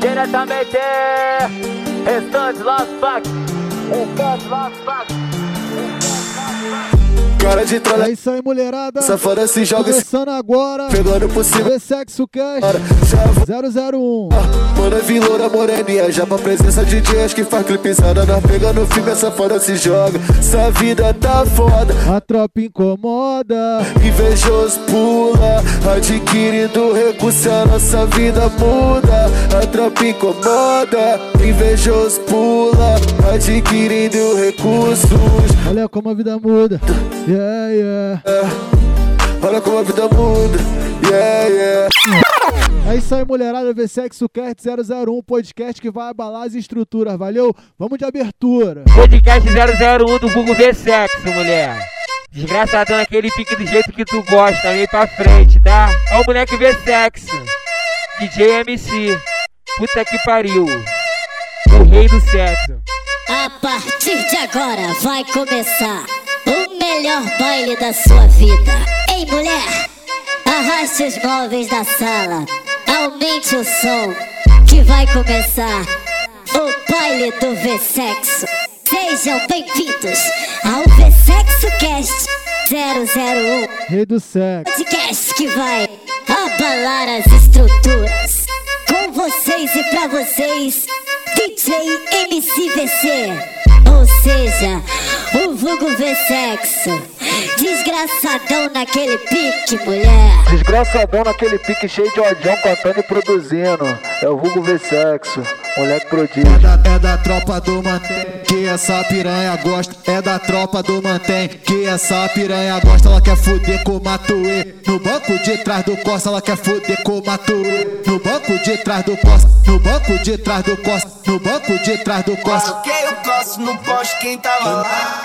Diretamente, Restante Lost Pack. Cara de trolha. É isso aí, mulherada. Safada se joga. Começando agora. Pegando por cima. V-Sexo Cast 001. Mano, viloura moreninha. Já pra presença de DJs que faz clipezada. Nós pegando filme, essa foda se joga. Essa vida tá foda. A tropa incomoda. Invejoso pula. Adquirindo recurso, a nossa vida muda. A tropa incomoda. Invejoso pula. Adquirindo recursos. Olha como a vida muda. Yeah, yeah. Olha como a vida muda. Yeah, yeah. É isso aí, mulherada. V-Sexo Cast 001, podcast que vai abalar as estruturas. Valeu? Vamos de abertura. Podcast 001 do Google V-Sexo, mulher. Desgraçadão naquele pique do jeito que tu gosta, meio pra frente, tá? Ó o moleque V-Sexo. DJ MC. Puta que pariu. O rei do sexo. A partir de agora vai começar o melhor baile da sua vida. Ei, mulher, arraste os móveis da sala, aumente o som, que vai começar o baile do V-Sexo. Sejam bem-vindos ao V-Sexo Cast 001, Rei do sexo. podcast que vai abalar as estruturas. Com vocês e pra vocês, DJ MCVC, ou seja, o vulgo V-Sexo. Desgraçadão naquele pique, mulher. Desgraçadão naquele pique cheio de odião, cantando e produzindo. É o vulgo V-Sexo, moleque prodígio. É da tropa do mantém, que essa piranha gosta. É da tropa do mantém, que essa piranha gosta. Ela quer fuder com o Matuê. No banco de trás do Costa, ela quer fuder com o Matuê. No banco de trás do Costa, no banco de trás do Costa, no banco de trás do Costa. Coloquei o coço no poste, quem tava lá?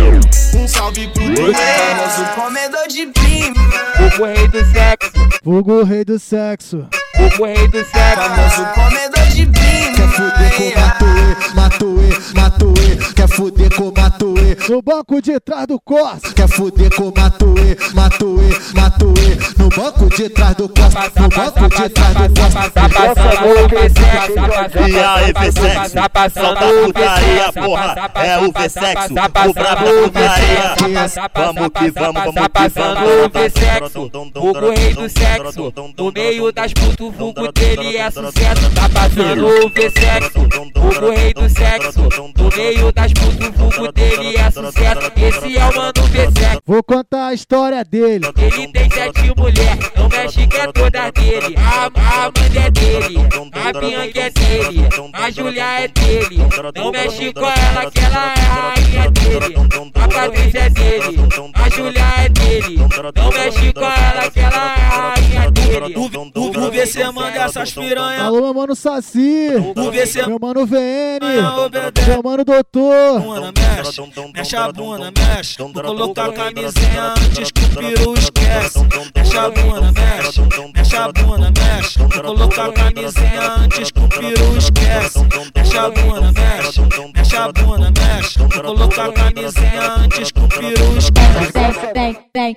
Um salve pro famoso comedor de prima. O rei do sexo. Vulgo Rei do Sexo. O rei do sexo. Famoso comedor de prima. Quer fuder com o Matuê, Matuê, Matuê. Quer fuder com o Matuê. No banco de trás do Costa. Quer fuder com o Matuê, Matuê, Matuê. No banco de trás do Costa, no banco de trás do Costa. Tá passando o V-Sexo. E aí, V-Sexo, Tá passando solta a o putaria, porra. É o V-Sexo, o brabo da putaria. Vamos que vamos, Tá passando o V-Sexo. O rei do sexo. No meio das putas, o vulgo dele é sucesso. Tá passando o V-Sexo. O rei do sexo. No meio das putas, o vulgo dele é sucesso. Esse é o mano V-Sexo. Vou contar a história dele. Ele tem 7 mulheres, não mexe que é toda dele. A Amanda é dele, a Bianca é dele, a Julia é dele. Não mexe com ela que ela é a rainha dele. A Patrícia é dele, a Julia é dele. Não mexe com ela que ela é a rainha dele. O VC manda essas piranha. Alô, meu mano Saci. O VC Meu mano VN. obedece. Meu mano Doutor. Bunda, mexe a bunda, mexe. Vou colocar a camisinha antes que o peru esquece. Mexe a bunda, mexe a bunda, mexe. Vou colocar a camisinha antes que o peru esquece. Mexe a bunda, mexe a bunda, mexe. Vou colocar a camisinha antes que o peru esquece. Bem, bem,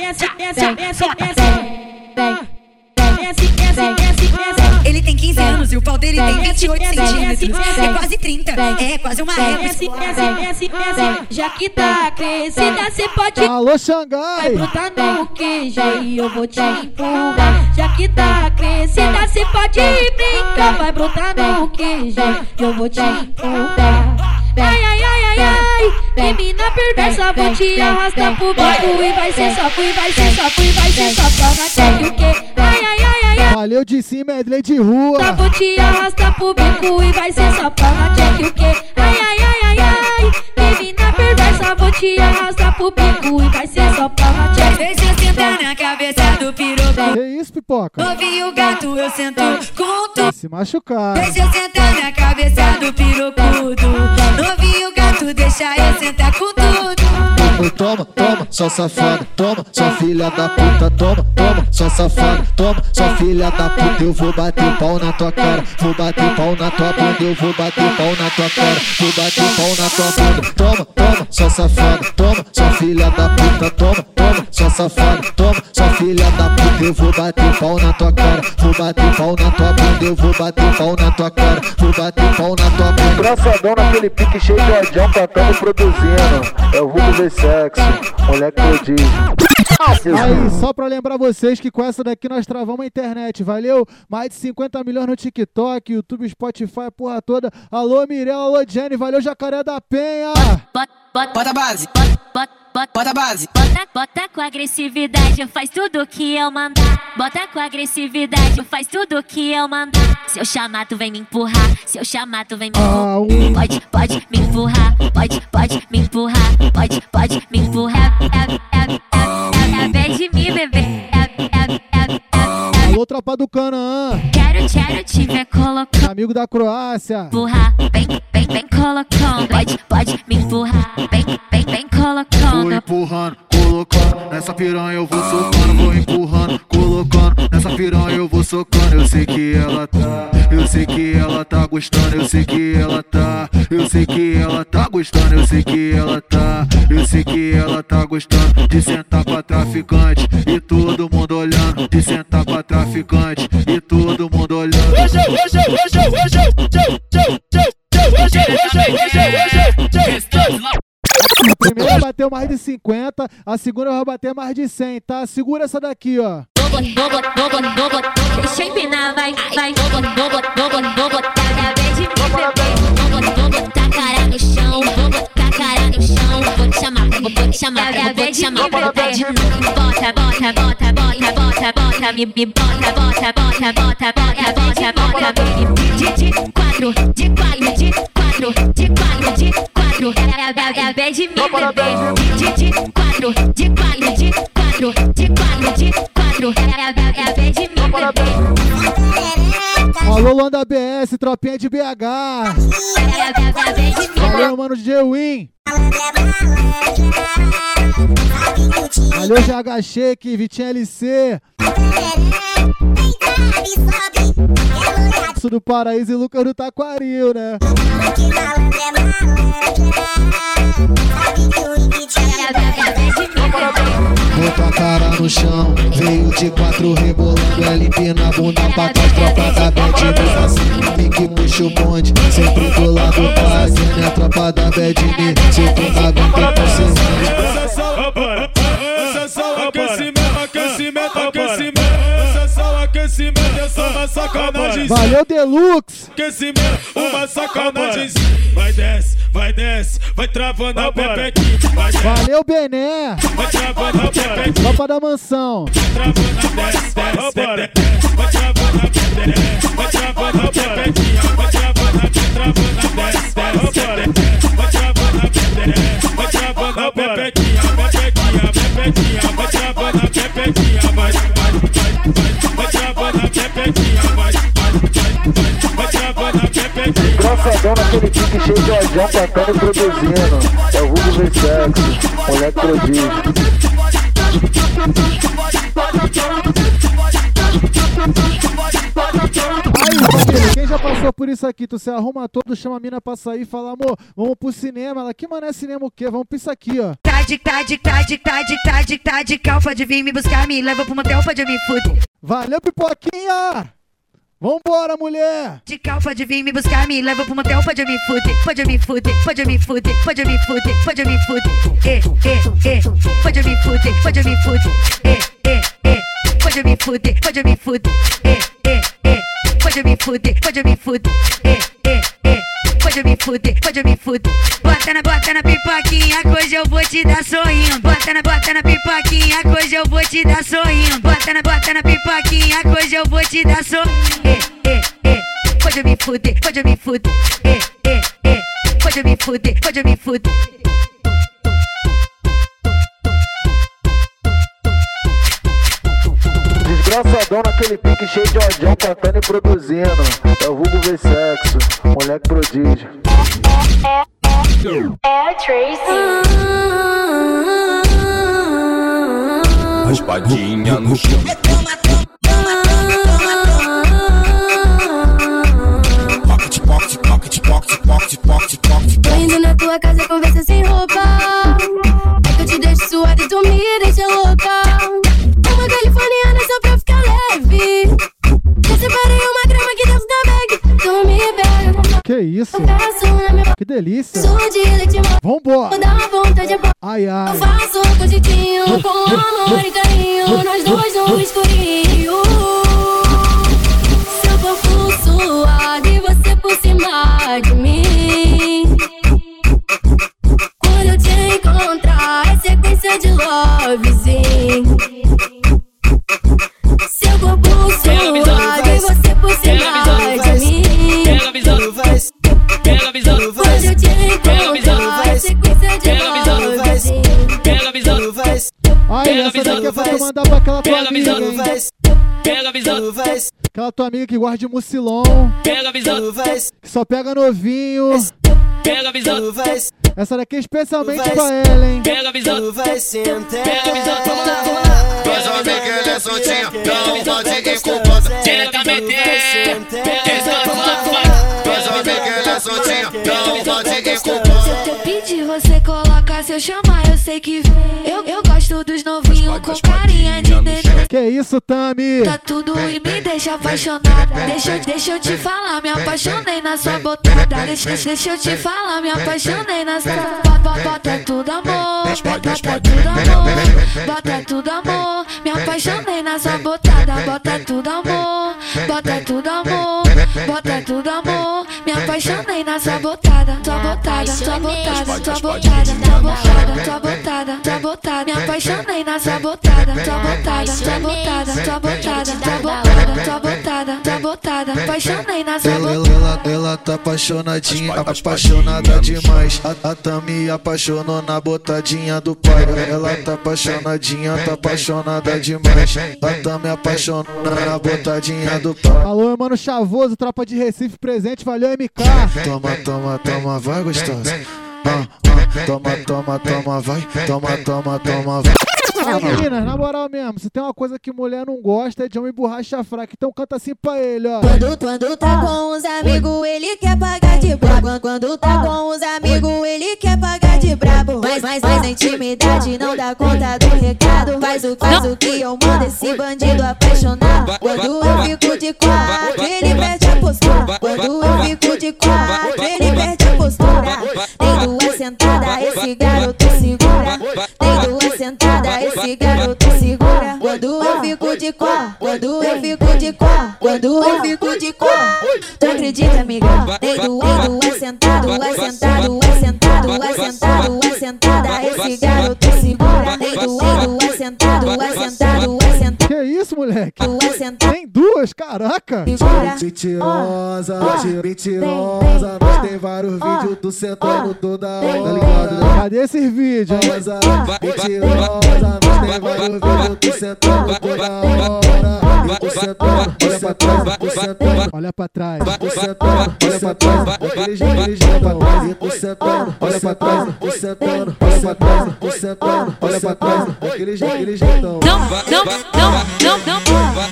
Ele tem 15 anos e o pau dele tem 28 centímetros. É quase 30, é quase uma régua. Já que tá crescida, cê pode Alô, Xangai. botar no queijo e eu vou te empurrar. Já que tá crescida, cê pode brincar. Vai brotar no queijo e eu vou te empurrar. Ai, ai, ai, ai, ai, menina perversa, vou te arrastar pro bico. E vai ser só, e vai ser só, e vai ser só pra naquele o quê? Ai, ai, ai, ai, ai. Valeu de cima, medley de rua. Vou te arrastar pro bico e vai ser só pra naquele o quê? Ai, ai, ai, ai, ai, menina perversa, vou te arrastar pro bico e vai ser só pra naquele. Deixa eu sentar na cabeça do piroco. Que isso, pipoca? Novinho gato, eu sento com tu. Vai se machucar. Deixa eu sentar na cabeça do pirocudo. Novinho gato, deixa eu sentar com tudo. Oi, toma, toma, sua safada, toma, sua filha da puta, toma, toma, sua safada, toma, sua filha da puta. Eu vou bater pau na tua cara, vou bater pau na tua bunda, eu vou bater pau na tua cara, vou bater pau na tua bunda. Toma, toma, sua safada, toma, sua filha da puta, toma, toma, sua safada, toma, sua filha da puta. Eu vou bater pau na tua cara, vou bater pau na tua bunda, eu vou bater pau na tua cara, vou bater pau na tua bunda. Engraçadão naquele pique cheio de odião, cantando e produzindo. É o vulgo V-Sexo, moleque prodígio. Aí, só pra lembrar vocês que com essa daqui nós travamos a internet, valeu? Mais de 50 milhões no TikTok, YouTube, Spotify, a porra toda. Alô Mirella, alô Jenny, valeu Jacaré da Penha. Bota a base, bota a base. Bota com agressividade, faz tudo que eu mandar. Bota com agressividade, faz tudo que eu mandar. Se eu chamar, tu vem me empurrar. Se eu chamar, tu vem me empurrar. Pode me empurrar. Pode me empurrar. Pode me empurrar. É beijo de mim, bebê. Alô, tropa do Canaã. Quero te ver colocando. Amigo da Croácia. Empurrar, bem colocando. Pode me empurrar. Bem colocando. Vou empurrando, colocando. Nessa piranha eu vou socando. Vou empurrando, colocando. Nessa piranha eu vou socando. Eu sei que ela tá, eu sei que ela tá gostando. Eu sei que ela tá, eu sei que ela tá gostando. Eu sei que ela tá, eu sei que ela tá gostando. De sentar pra traficante e todo mundo olhando. De sentar pra traficante e todo mundo olhando. A primeira bateu mais de 50, a segunda vai bater mais de 100, tá? Segura essa daqui, ó. Deixa empinar, vai. Vou botar a vez de mim, bebê. Tá cara no chão, tá cara no chão. Vou te chamar, vou te chamar, vou te chamar, bebê. Bota, me bota. De quatro. É a vez de mim, bebê. De quatro. É a vez de mim, bebê. Alô, Luanda BS, tropinha de BH. Valeu, mano, DJ Win. Valeu, GH Shake, Vitinho LC. Do Paraíso e Lucas do Taquaril, né? Bota a cara no chão, veio de 4 rebolando, ela empina a bunda pra trás, tropa da Bad Me assim, pique puxa o bonde, sempre do lado fazendo a tropa da Bad Me, se tu tá bem tem que aquecimento, é só uma sacanagem. Valeu, Deluxe! Aquecimento, uma sacanagem. Vai desce, vai travando a pepequinha. Valeu, Bené! Vai travando a pepequinha. Tropa da Mansão. Vai travando a pepequinha. Vai travando a pepequinha. Vai travando a pepequinha. Vai travando a pepequinha. Vai travando a pepequinha. Engraçadão naquele pique cheio de odião, cantando e produzindo. É o vulgo V-Sexo, moleque prodígio. Aí, família, quem já passou por isso aqui? Tu se arruma todo, chama a mina pra sair e fala, amor, vamos pro cinema. Ela, que mané cinema o quê? Vamos pra isso aqui, ó. Tá de cal, pode vir me buscar, me leva pro motel, pode me fuder. Valeu, pipoquinha! Vambora, mulher! De cal, pode vir me buscar, me leva pro motel, pode me fuder. Pode me fuder. Pode me fuder. Pode me fuder. Pode me fuder. Pode me fuder. Pode me fuder. Pode me fuder. Pode me fuder. Pode me fuder. Pode me fuder. Pode me fuder. Pode me fuder. Bota na pipoquinha, que hoje eu vou te dar sorrindo. Bota na pipoquinha, que hoje eu vou te dar sorrindo. Bota na pipoquinha, que hoje eu vou te dar sorrindo. Pode me fuder. Pode me fuder. Pode me fuder. Pode me fuder. Desgraçadão naquele pique cheio de odião, cantando e produzindo. É o vulgo V-Sexo, moleque prodígio. É a Tracy. raspadinha no chão. Tô indo na tua casa com você sem roupa. É que eu te deixo suada e tu me deixa louca. Uma californiana só pra ficar leve. Eu separei uma grama aqui dentro da bag. Tu me pega. Que isso? Que delícia. Vambora. Ai, ai. Eu faço com jeitinho, com amor e carinho. Nós dois no escurinho. Seu corpo suado e você por cima de mim. Quando eu te encontrar é sequência de lovezinho. Seu corpo suado e você por cima de mim. Pega a visão, pega a visão, quando eu te encontrar é sequência de lovezinho. Pega a visão, ai, essa daqui é pra mandar pra aquela tua amiga, hein? pega a visão, Aquela tua amiga que gosta de mucilon, pega a visão, que só pega novinho. pega a visão, Essa daqui é especialmente pra ela, hein? pega a visão, pega a visão, vamos lá. Mas eu vi que ele é soltinho, não pode incomodar. Diretamente, Mas eu vi que ele é soltinho, não pode incomodar. Se eu pedir, você coloca. Se eu chamar, eu sei que vem. Eu gosto dos novinhos com carinha de neném. Que isso, Tami? Tá tudo e me deixa apaixonada. Deixa eu te falar, me apaixonei na sua botada. Deixa eu te falar, me apaixonei na sua. Bota tudo amor, bota tudo amor, bota tudo amor. Me apaixonei na sua botada. Bota tudo amor, bota tudo amor, bota tudo amor. Me apaixonei na sua botada, tua botada, tua botada, tua botada, tua botada, tua botada, tua botada. Me apaixonei na sua botada, tua botada, tua botada, tua botada, tua botada, tua botada, tua botada. Apaixonei na sua botada. Ela tá apaixonadinha, apaixonada demais. A Tami apaixonou na botadinha do pai. Ela tá apaixonadinha, tá apaixonada demais. A Tami apaixonou na botadinha do pai. Alô, mano Chavoso, tropa de Recife presente, valeu MK. Toma, toma, toma, vai gostosa. Toma, toma, toma, vai. Toma, toma, toma, vai. Meninas, na moral mesmo, se tem uma coisa que mulher não gosta é de homem borracha fraca, então canta assim pra ele, ó. Quando tá com os amigos, ele quer pagar de brabo. Quando tá com os amigos, ele quer pagar de brabo. Mas a intimidade não dá conta do recado. Faz o que eu mando, esse bandido apaixonado. Quando eu fico de quatro, ele perde a postura. Quando eu fico de quatro, ele perde a postura. Tem duas sentadas, esse garoto segura. Tem duas sentadas, esse garoto segura. Quando eu fico de quatro, quando eu fico de quatro, quando eu fico de quatro. Tu acredita, amiga? Tem duas sentadas, duas sentadas, duas sentadas, duas sentadas, duas sentadas, esse garoto segura. Tem duas sentadas, duas sentadas, duas sentadas. Que isso, moleque? Duas sentadas. Tem duas, caraca. Mentirosa, mentirosa. Nós tem vários vídeos do sentando toda hora, tá ligado? Cadê esses vídeos? Mentirosa, nós tem vários vídeos do sentando toda hora. Eu sentando, olha pra trás, eu sentando. Olha pra trás. Eu sentando, olha pra trás. Aquele jeito pra trás. Eu sentando, olha pra trás. Eu sentando, olha pra trás. Eu sentando, olha pra trás. Aquele jeitão. Não.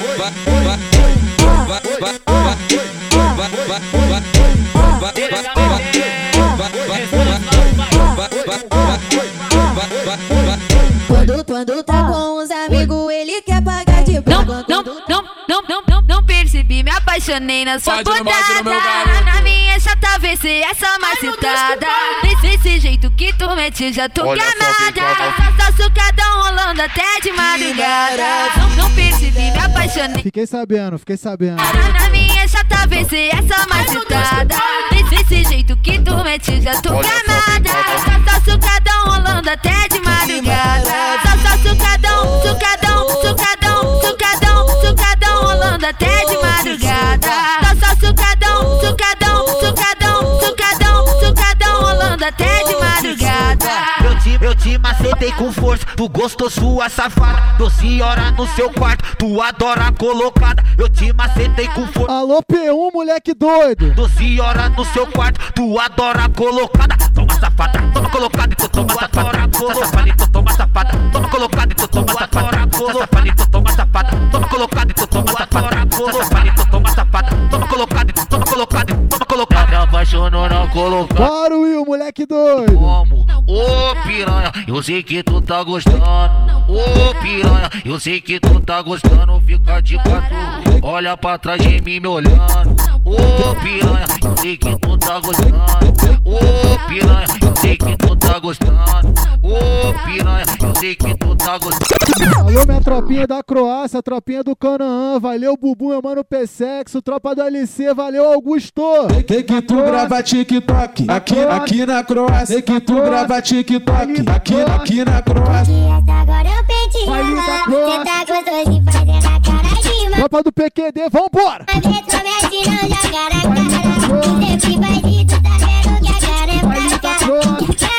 Quando tá com os amigos, ele quer pagar de brabo. Não percebi, me apaixonei na sua botada. Na minha chata, vê se essa macetada. Desse jeito que tu mete, já tô gamada. Só sucadão rolando até de madrugada. Não percebi, me apaixonei. Fiquei sabendo. Na minha chata, vê se essa macetada. Desse jeito que tu mete, já tô gamada. Só sucadão rolando até de madrugada. Só sucadão rolando até de madrugada. Só sucadão rolando até de madrugada. Eu te macetei com força, tu gostou sua safada. 12 horas no seu quarto, tu adora colocada. Eu te macetei com força. Alô P1, moleque doido. 12 horas no seu quarto, tu adora colocada. Toma safada. Toma colocado e tu toma safada. Safada e tu toma safada. Toma colocado e tu toma safada. Safada e tu toma safada. Toma colocado e tu toma safada. Safada e tu toma safada. Toma colocado e tu toma colocado. Toma colocado. Me apaixonou na colocada. Bora, Will, moleque doido. Como? Ô piranha, eu sei que tu tá gostando. Ô piranha, eu sei que tu tá gostando. Fica de quatro, olha pra trás de mim me olhando. Ô piranha, eu sei que tu tá gostando. Ô piranha, eu sei que tu tá gostando. Ô piranha, eu sei que tu tá gostando. Alô, minha tropinha da Croácia, tropinha do Canaã, valeu Bubu, meu mano P-Sexo, tropa do LC, valeu Augusto. Tem que tu grava TikTok, aqui na Croácia. Tem que tu grava TikTok, aqui na Croácia. Agora eu pedi ela, cê tá gostoso de fazer na cara de mão. Tropa do PQD, vambora! Mas me promete não jogar a cara. Tu sempre faz isso, tá vendo que a cara é fraca.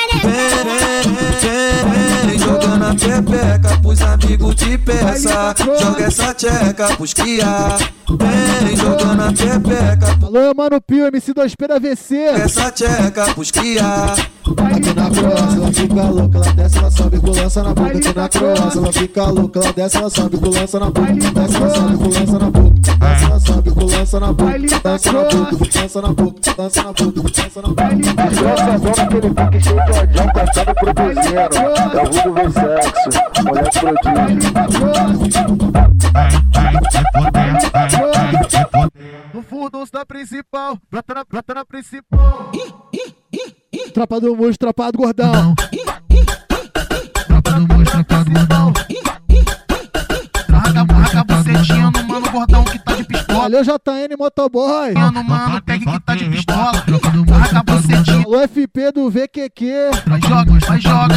Vem jogando a pepeca pros amigos de peça. Joga essa tcheca pros criar. Vem jogando a pepeca. Alô, mano Pio, MC2P da VC. Essa tcheca pros criar. Aqui na Croácia ela fica louca, ela desce, ela sobe com lança na boca. Aqui na Croácia ela fica louca, ela desce, ela sobe com lança na boca. Desce, ela sobe com lança na boca. Desce, ela sobe com lança na boca. Lança na boca, lança na boca, lança na boca, lança na boca. Essa zona que ele fica cheio de ódio, passado produzindo. É o vulgo vem sexo, moleque produzindo. No fundo da principal, prata na principal. Tropa do Mojo, tropa do Gordão. Tropa do Mojo, tropa do Gordão. Arraca bucetinha no mano gordão que tá de pistola. Valeu JN Motoboy. Mano, pega que tá de pistola. Arraca bucetinha. O FP do VQQ. Vai joga.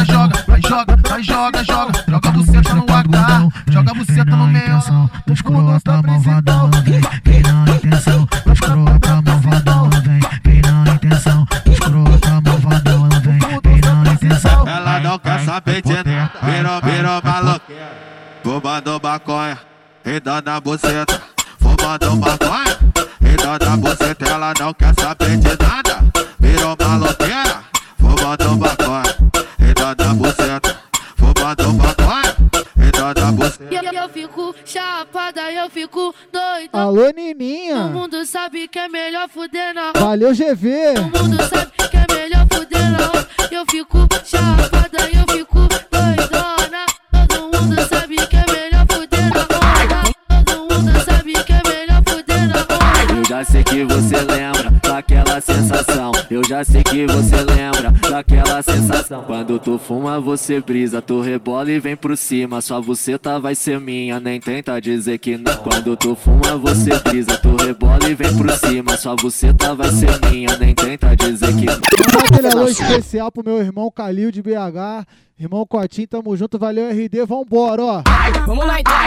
Joga buceta no H. Joga buceta no meio. Dos fundos da principal. Vem na intenção, escrota malvadão, vem na intenção, escrota malvadão, vem na intenção. Ela não quer saber de nada, virou maloqueira. Fumando maconha, e dando a buceta. Fumando maconha, e dando a buceta. Ela não quer saber de nada, virou maloqueira. Fumando maconha, e dando a buceta. Fumando maconha, e dando a buceta. Eu fico chapada, eu fico doida. Alô, Nininha. Todo mundo sabe que é melhor fuder na. Valeu, GV. Todo mundo sabe que é melhor fuder na. Eu fico chapada, eu fico doidona. Todo mundo sabe que é melhor fuder na. Todo mundo sabe que é melhor fuder na. Eu já sei que você lembra daquela sensação. Eu já sei que você lembra daquela sensação. Quando tu fuma, você brisa, tu rebola e vem pro cima. Sua buceta vai ser minha, nem tenta dizer que não. Quando tu fuma, você brisa, tu rebola e vem pro cima. Sua buceta vai ser minha, nem tenta dizer que não. Aquele alô especial pro meu irmão Calil de BH. Irmão Cotinho, tamo junto, valeu RD, vambora, ó. Vamos lá então.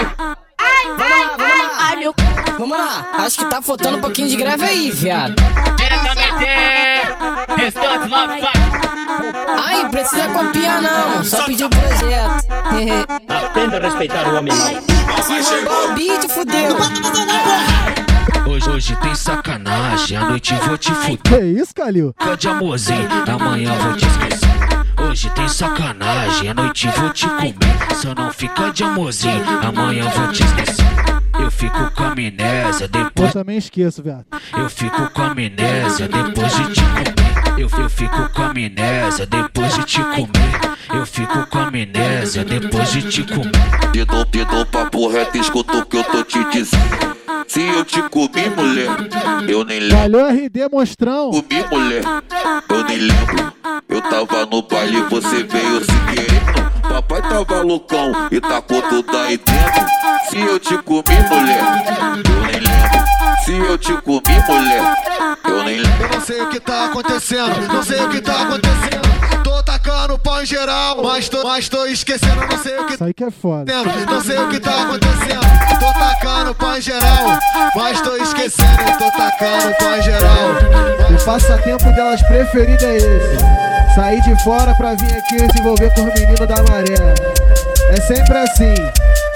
Vamos lá, acho que tá faltando um pouquinho de greve aí, viado. Ai, precisa copiar não, só pedir o projeto. Aprenda a respeitar o homem. Se roubar o beat, fudeu. Hoje tem sacanagem, à noite vou te fuder. Que isso, Calil? Fica de amorzinho, amanhã vou te esquecer. Hoje tem sacanagem, à noite vou te comer. Só não fica de amorzinho, amanhã vou te esquecer. Eu fico com amnésia depois. Eu também esqueço, viado. Eu fico com amnésia depois de te comer. Eu fico com amnésia depois de te comer. Eu fico com amnésia depois de te comer. Te dou papo reto, escuta o que eu tô te dizendo. Se eu te comi, mulher, eu nem lembro. Valeu RD, monstrão. Comi, mulher, eu nem lembro. Eu tava no baile, você veio se querendo. Papai tava loucão e tacou tudo aí dentro. Se eu te comi, mulher, eu nem lembro. Se eu te comi, mulher, eu nem lembro. Eu não sei o que tá acontecendo, não sei o que tá acontecendo. Tô tacando pau em geral, mas tô esquecendo, não sei o que. Isso aí que é foda. Não sei o que tá acontecendo. Tô tacando pau em geral, mas tô esquecendo. Tô tacando pau em geral. O passatempo delas preferido é esse: sair de fora pra vir aqui se envolver com os meninos da maré. É sempre assim.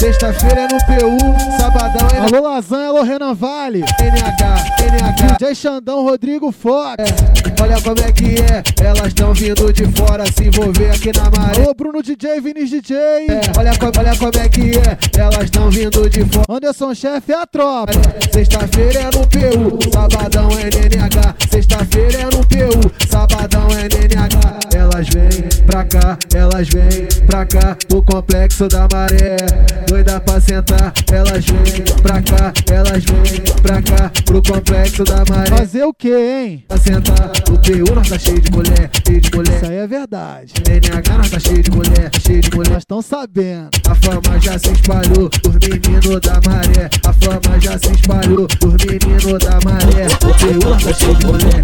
Sexta-feira é no PU, sabadão é... Alô Lasanha, alô Renan Vale, NH, DJ Xandão, Rodrigo Fox. Olha como é que é, elas tão vindo de fora se envolver aqui na maré. Ô Bruno DJ, Vinícius DJ. Olha como é que é, elas tão vindo de fora. Anderson Chefe é a tropa. Sexta-feira é no PU, sabadão é NNH. Sexta-feira é no PU, sabadão é NNH. Elas vêm pra cá, o complexo da maré. Doida pra sentar, elas vêm pra cá, pra cá, pro complexo da maré. Fazer o que, hein? Pra sentar, o PU nós tá cheio de mulher, Isso aí é verdade. NNH nós tá cheio de mulher, Nós tão sabendo. A fama já se espalhou, os meninos da maré. A fama já se espalhou, os meninos da maré. O PU nós tá cheio de mulher,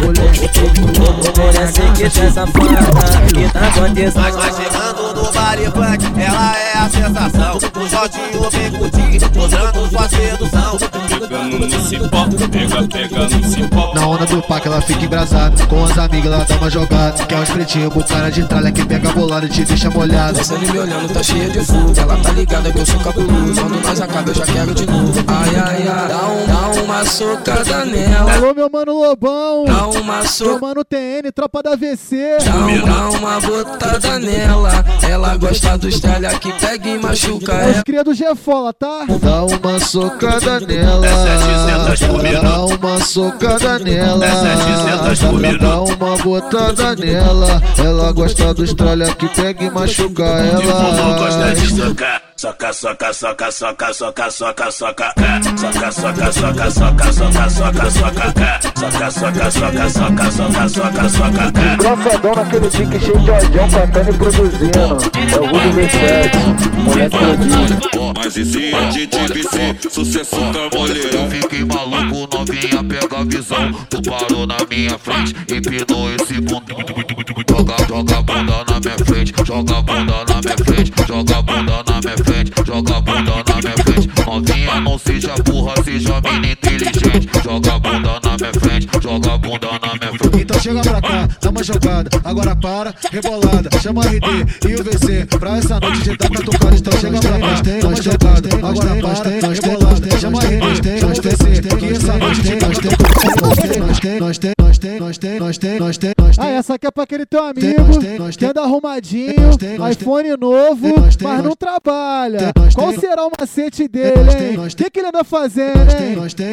Parece que tem essa fada que tá acontecendo. Mas vai chegando no baile funk, ela é a sensação. O Jorginho vem curtir, usando sua sedução. Pegando no cipó, pega no cipó. Na onda do pack ela fica embrasada, com as amigas ela dá uma jogada. Quer uns pretinhos com cara de tralha que pega bolado e te deixa molhado. Você me olhando tá cheia de fuga, ela tá ligada que eu sou cabuloso. Quando nós acaba eu já quero de novo. Ai, ai, ai, dá uma socada nela. Alô meu mano Lobão, dá uma socada. Meu mano TN, tropa da VC. Dá uma botada nela. Ela gosta dos tralha que pega e machuca ela. Os cria do G-Fola, tá? Dá uma socada nela. Dá uma socada nela. Dá uma botada nela. Ela gosta dos tralha que pega e machuca ela. Gosta de socar. Soca, soca, soca, soca, soca, soca, soca, soca, soca, soca, soca, soca, soca, soca, soca, soca, soca, soca, soca, soca. Engraçadão naquele pique cheio de odião, cantando e produzindo. É o Rudo V7, moleque prodígio. Mas esse é de TBC, sucesso carmoleirão. Fiquei maluco, novinha, pega a visão. Tu parou na minha frente, empinou esse bundão. Joga a bunda na minha frente, joga a bunda na minha frente, joga a bunda na minha frente, joga a bunda na minha frente. Novinha, não seja burra, seja menina inteligente. Joga a bunda na minha frente, joga a bunda na minha frente. Então chega pra cá, dá uma jogada, agora para, rebolada, chama RD e o VC pra essa noite de dar catucada. Então chega pra cá, dá uma jogada, agora para, rebolada, chama RD, chama VC, que essa noite de dar Ah, essa aqui é pra aquele teu amigo que anda arrumadinho, iPhone novo, mas não trabalha. Qual será o macete dele, hein? O que ele anda fazendo, hein?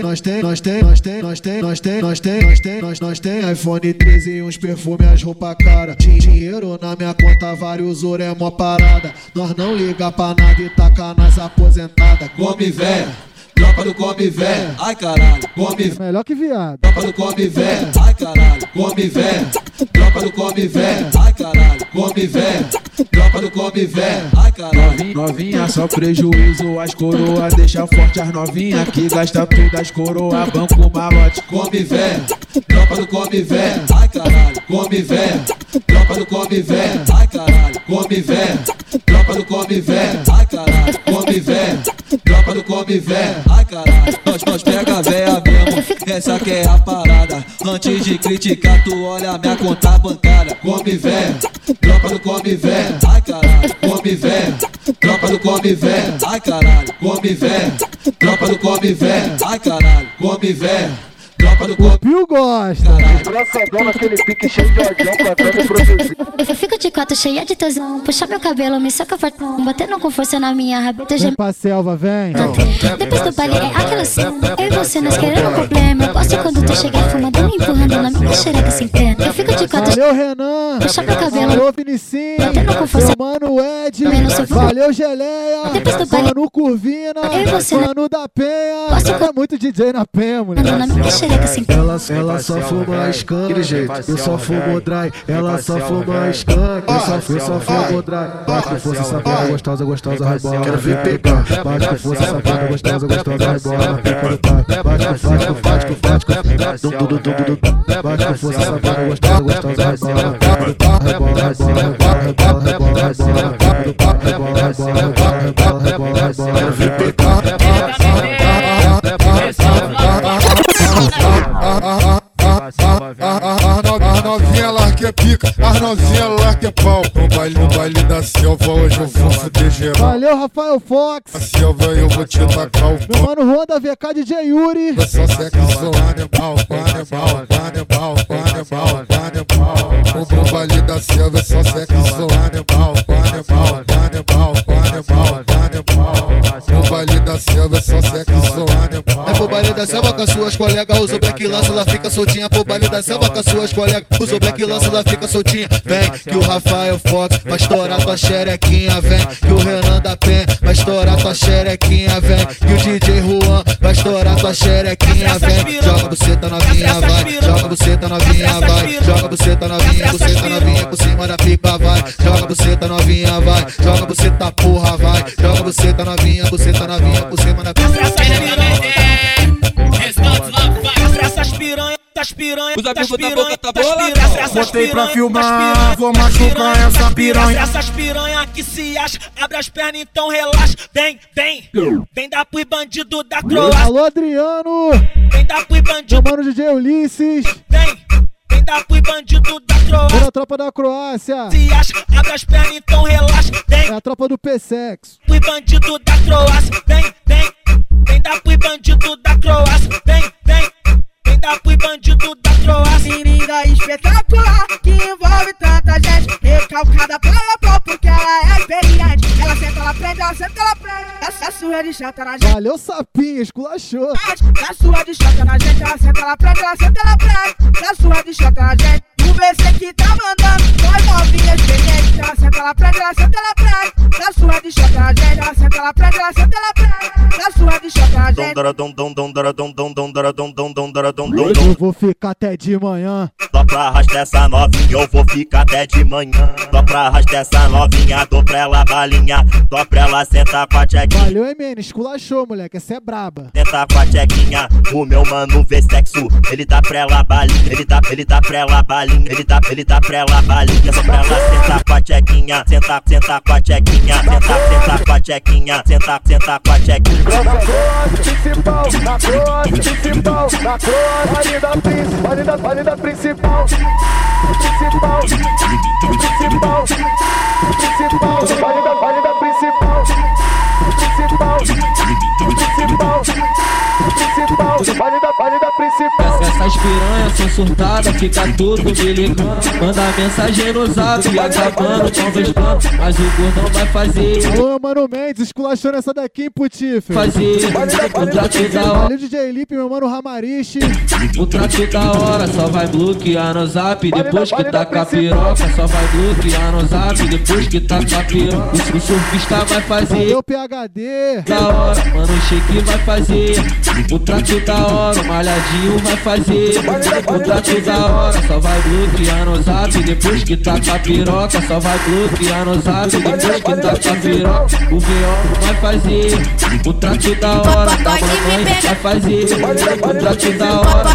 Nós tem iPhone 13 e uns perfumes, as roupas cara. Dinheiro na minha conta, vários ouro é mó parada. Nós não liga pra nada e taca nas aposentadas. Come véia, tropa do come véia, ai caralho, come melhor que viado. Tropa do come véia, ai caralho, come véia. Tropa do come véia, ai caralho, come véia. Tropa do come véia, ai caralho. Novinha só prejuízo, as coroas deixa forte as novinha que gasta tudo as coroas, banco malote. Come véia, tropa do come véia, ai caralho, come véia. Tropa do come véia, ai caralho, come véia. Tropa do come véia, ai caralho, come véia. Tropa do come véia, ai caralho. Nós pega a véia mesmo, essa que é a parada. Antes de criticar, tu olha minha conta bancária. Come véia, tropa do come véia, ai caralho, come véia. Tropa do come véia, ai caralho, come véia. Tropa do come véia, ai caralho, come véia. Tropa do come. Pio gosta. Engraçadão naquele pique cheio de odião, cantando e produzindo. Eu fico de quatro cheia de tesão. Puxa meu cabelo, me soca fortão. Batendo com força na minha rabeta. Vem pra selva, vem. Depois do baile é aquela cena. Eu e você, nós queremos problema. Eu gosto quando tu chega fumando, me empurrando na minha xereca sem pena. Eu fico de quatro. Valeu, Renan. Puxa meu cabelo. Valeu, Vinicinho. Batendo com força. Mano, Ed. Valeu, Geleia. Depois do baile. Mano, Curvina. Eu e você, Mano da Penha. É muito DJ na Penha, mulher. Na minha xereca sem pena. Ela só fuma skunk, aquele jeito. Eu só fumo dry. Ela só fuma skunk. Eu só fumo dry. Bate com força, safada, gostosa, gostosa, rebola. Quero ver pegar. Bate com força, safada, gostosa, gostosa, rebola. Pica no pai. Bate com força, bate com força, safada, gostosa, gostosa, rebola. Rebola, quero ver pegar. A novinha larga é pica, as novinhas larga é pau. No baile da selva hoje eu vou fuder geral. Valeu, Rafael Fox. A selva eu vou te tacar o pau. Meu mano Juan da VK, DJ Yuri. Eu só sexo animal, animal, animal, animal, animal. No baile da selva eu só sexo animal, animal, animal, animal, animal. No baile da selva eu só sexo animal. É pro baile da selva com as suas colegas, usa o black lança, ela fica soltinha. Pro baile da selva com as suas colegas, usa o black lança, ela fica soltinha. Vem que o Rafael Fox vai estourar tua xerequinha. Vem que o Renan da Pen vai estourar tua xerequinha. Vem que o DJ Juan vai estourar tua xerequinha. Vem, joga buceta novinha, vai. Joga buceta novinha, vai. Joga buceta novinha, buceta novinha por cima da pipa, vai. Joga buceta novinha, vai. Joga buceta porra, vai. Joga buceta novinha por cima da pipa. Essas piranha, das piranha, os amigos da boca tá bola. Botei pra filmar, vou machucar essa piranha. Essas piranha que se acha, abre as pernas então relaxa. Vem, vem, vem dar pro bandido da Croácia. Alô, Adriano. Vem dar pro bandido. Meu mano DJ Ulisses. Vem dar pro bandido da Croácia. Toda a tropa da Croácia. Se acha, abre as pernas então relaxa. Vem, é a tropa do P-Sex. Pro bandido da Croácia. Vem, vem, vem dar pro bandido da Croácia. Vem, vem. Vem dar pro bandido da Croácia. Menina espetacular que envolve tanta gente, recalcada pela pau porque ela é experiente. Ela senta, ela prende, ela senta, ela prende. Essa sua de chata na gente. Valeu, sapinho, esculachou. Da sua de chata na gente, ela senta, ela prende, ela senta, ela prende. Da sua de chata na gente. O BC que tá mandando, nós novinhas experientes. Ela senta, ela prende, ela senta, ela prende. Da sua de chata na gente, ela senta, ela prende, ela senta, ela prende. Da sua de chata na gente. Eu vou ficar até de manhã. Só pra arrastar essa novinha, eu vou ficar até de manhã. Só pra arrastar essa novinha, dou pra ela balinha. Só pra ela sentar com a tchequinha. Valeu, MN, esculachou, moleque, essa é braba. Sentar com a tchequinha, o meu mano vê sexo. Ele dá pra ela balinha, ele dá pra ela balinha. Ele dá pra ela balinha. Só pra ela sentar com a tchequinha. Sentar com a tchequinha. Sentar com a tchequinha. Sentar com a tchequinha. Principal, na cross, principal, na cross, vale da principal, principal, vale da principal, vale da principal. Essas piranhas são surtadas, fica tudo me ligando. Manda mensagem no zap, acabando com os planos, mas o gordão vai fazer. Alô, Mano Mendes, esculachando essa daqui, hein, Putif. Fazer o trato da hora. Valeu, DJ Lipe, meu mano Ramariche. O trato da hora só vai bloquear no zap. Depois que tá com a piroca, só vai bloquear no zap. Depois que tá com a piroca, o surfista vai fazer. Valeu, PHD. Da hora, mano, o Shake vai fazer. O trato da hora, o malhadinho vai fazer. O trato da hora só vai bloquear no zap. Depois que tá com a piroca, só vai bloquear no zap. Depois que tá com a piroca, o B.O. vai fazer. O trato da hora, da mamãe vai fazer. O trato da hora,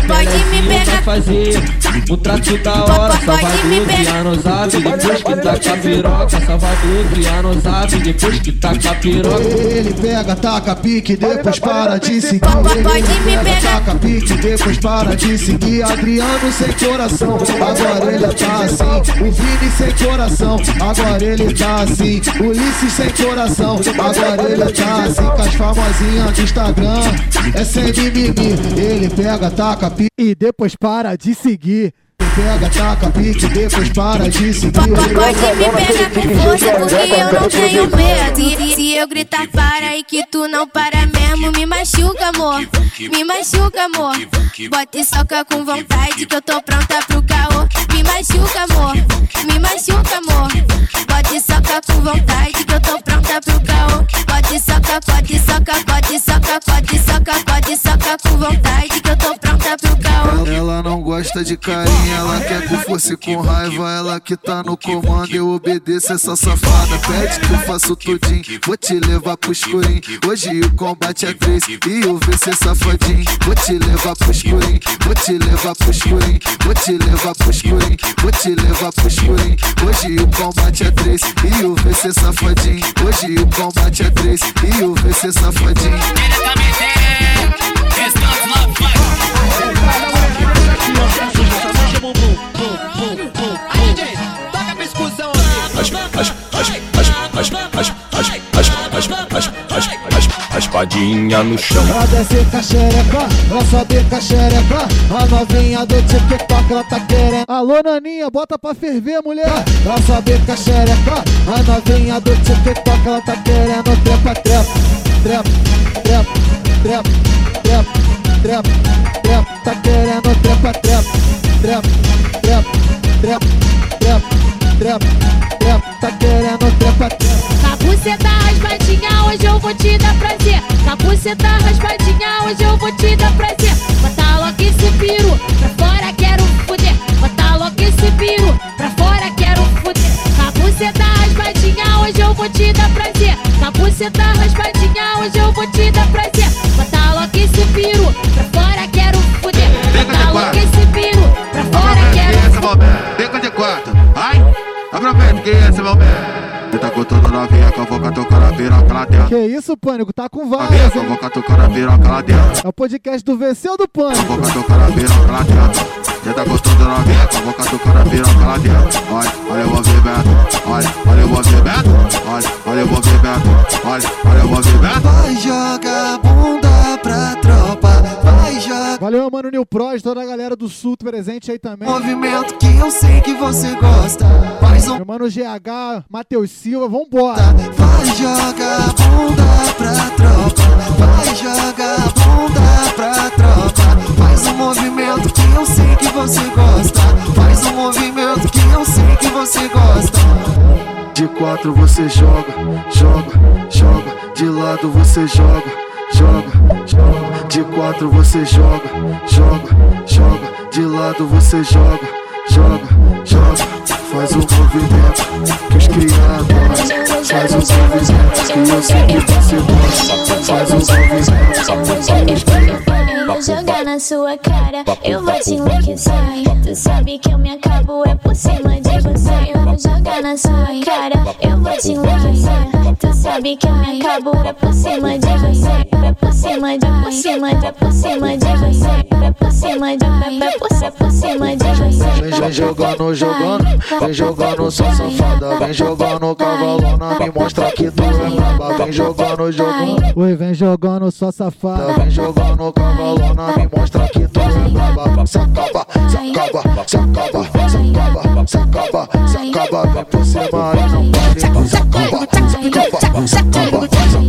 vai fazer. O trato da hora só vai bloquear no zap. Depois que tá com a piroca, só vai bloquear no zap. Depois que tá com a piroca. Ele pega, taca pique, depois para de seguir. Ele pega, taca pique, depois para de seguir. Adriano sem coração, agora ele tá assim. O Vini sem coração, agora ele tá assim. Ulisses sem coração, agora ele tá assim. Com as famosinhas do Instagram, é sem mimimi. Ele pega, taca pique e depois para de seguir. Pega, taca pique, depois para de seguir. Pode me pegar com força porque eu não tenho medo. Se eu gritar para e que tu não para mesmo, me machuca, amor. Me machuca, amor. Bota e soca com vontade que eu tô pronta pro caô. Me machuca, amor. Me machuca, amor. Bota e soca com vontade que eu tô pronta pro caô. Pode soca, pode soca, pode soca, pode soca, pode soca com vontade que eu tô pronta pro caô. Ela não gosta de carinha, ela quer com força e com raiva. Ela que tá no comando, eu obedeço essa safada. Pede que eu faço tudinho, vou te levar pro escurinho. Hoje o combate é 3 e o VC é safadinho. Vou te levar pro escurinho, vou te levar pro escurinho. Vou te levar pro escurinho, vou te levar pro escurinho. Hoje o combate é 3 e o VC é safadinho. Hoje o combate é 3 e o VC é safadinho. safadinha no chão. Ela desce com a xereca, ela sobe com a xereca. A novinha do TikTok ela tá querendo. Alô Naninha, bota pra ferver, mulher. Ela sobe com a xereca, a novinha do TikTok ela tá querendo. Trepa, trepa, trepa, trepa, trepa, trepa, trepa, trepa. Tá querendo trepa, trepa, trepa, trepa, trepa, trepa, trepa, trepa. Tá querendo trepa, trepa. Capuceta raspadinha, hoje eu vou te dar prazer. Capuceta raspadinha, hoje eu vou te dar prazer. Bota logo esse piru, pra fora quero fuder. Bota logo esse piru, pra fora quero fuder. Capuceta raspadinha, hoje eu vou te dar prazer. Capuceta raspadinha, hoje eu vou te dar prazer. Bota logo esse piru, pra fora quero fuder. Bota logo esse piru, pra fora quero fuder. Fica de quatro, ai, aproveita que esse é meu bem. Tá com tudo novinha, que eu vou catucar a piroca lá dentro. Que isso, Pânico? Tá com várias, novinha, que eu vou catucar a piroca lá dentro. É o podcast do Venceu do Pânico. Eu vou catucar a piroca lá dentro. Já tá com tudo novinha, que eu vou catucar a piroca lá dentro. Olha, olha o movimento. Olha, olha o movimento. Olha, olha o movimento. Olha, olha o movimento. Vai jogar bunda pra tropa. Vai jogar. Valeu, mano, Nil Pros, toda a galera do Sul presente aí também. Movimento que eu sei que você gosta. Faz um. Meu mano GH, Matheus Silva, vambora. Vai jogar bunda pra tropa. Vai jogar bunda pra tropa. Faz um movimento que eu sei que você gosta. Faz um movimento que eu sei que você gosta. De quatro você joga, joga, joga. De lado você joga, joga, joga. De quatro você joga, joga, joga. De lado você joga, joga, joga. Faz o movimento que os criados. Faz o movimento que eu sei que você gosta. Faz o movimento que os criados. Eu jogar na sua cara, eu vou te enlouquecer. Tu sabe que eu me acabo é por cima de você. Eu vou jogar na sua cara, eu vou te enlouquecer. Tu sabe que eu me acabo é por cima de você. É por cima de, por cima de, por cima de você. É por cima de, é por cima de você. Vem jogando, jogando, vem jogando sua safada. Vem jogando cavalona, me mostra que tu é braba. Vem jogando, jogando. Oi, vem jogando sua safada. Vem jogando cavalona, me mostra que tu é braba. Se acaba, se acaba, se acaba, se acaba, se acaba, se acaba. Vem por cima e não pode. Se acaba, se acaba, se acaba,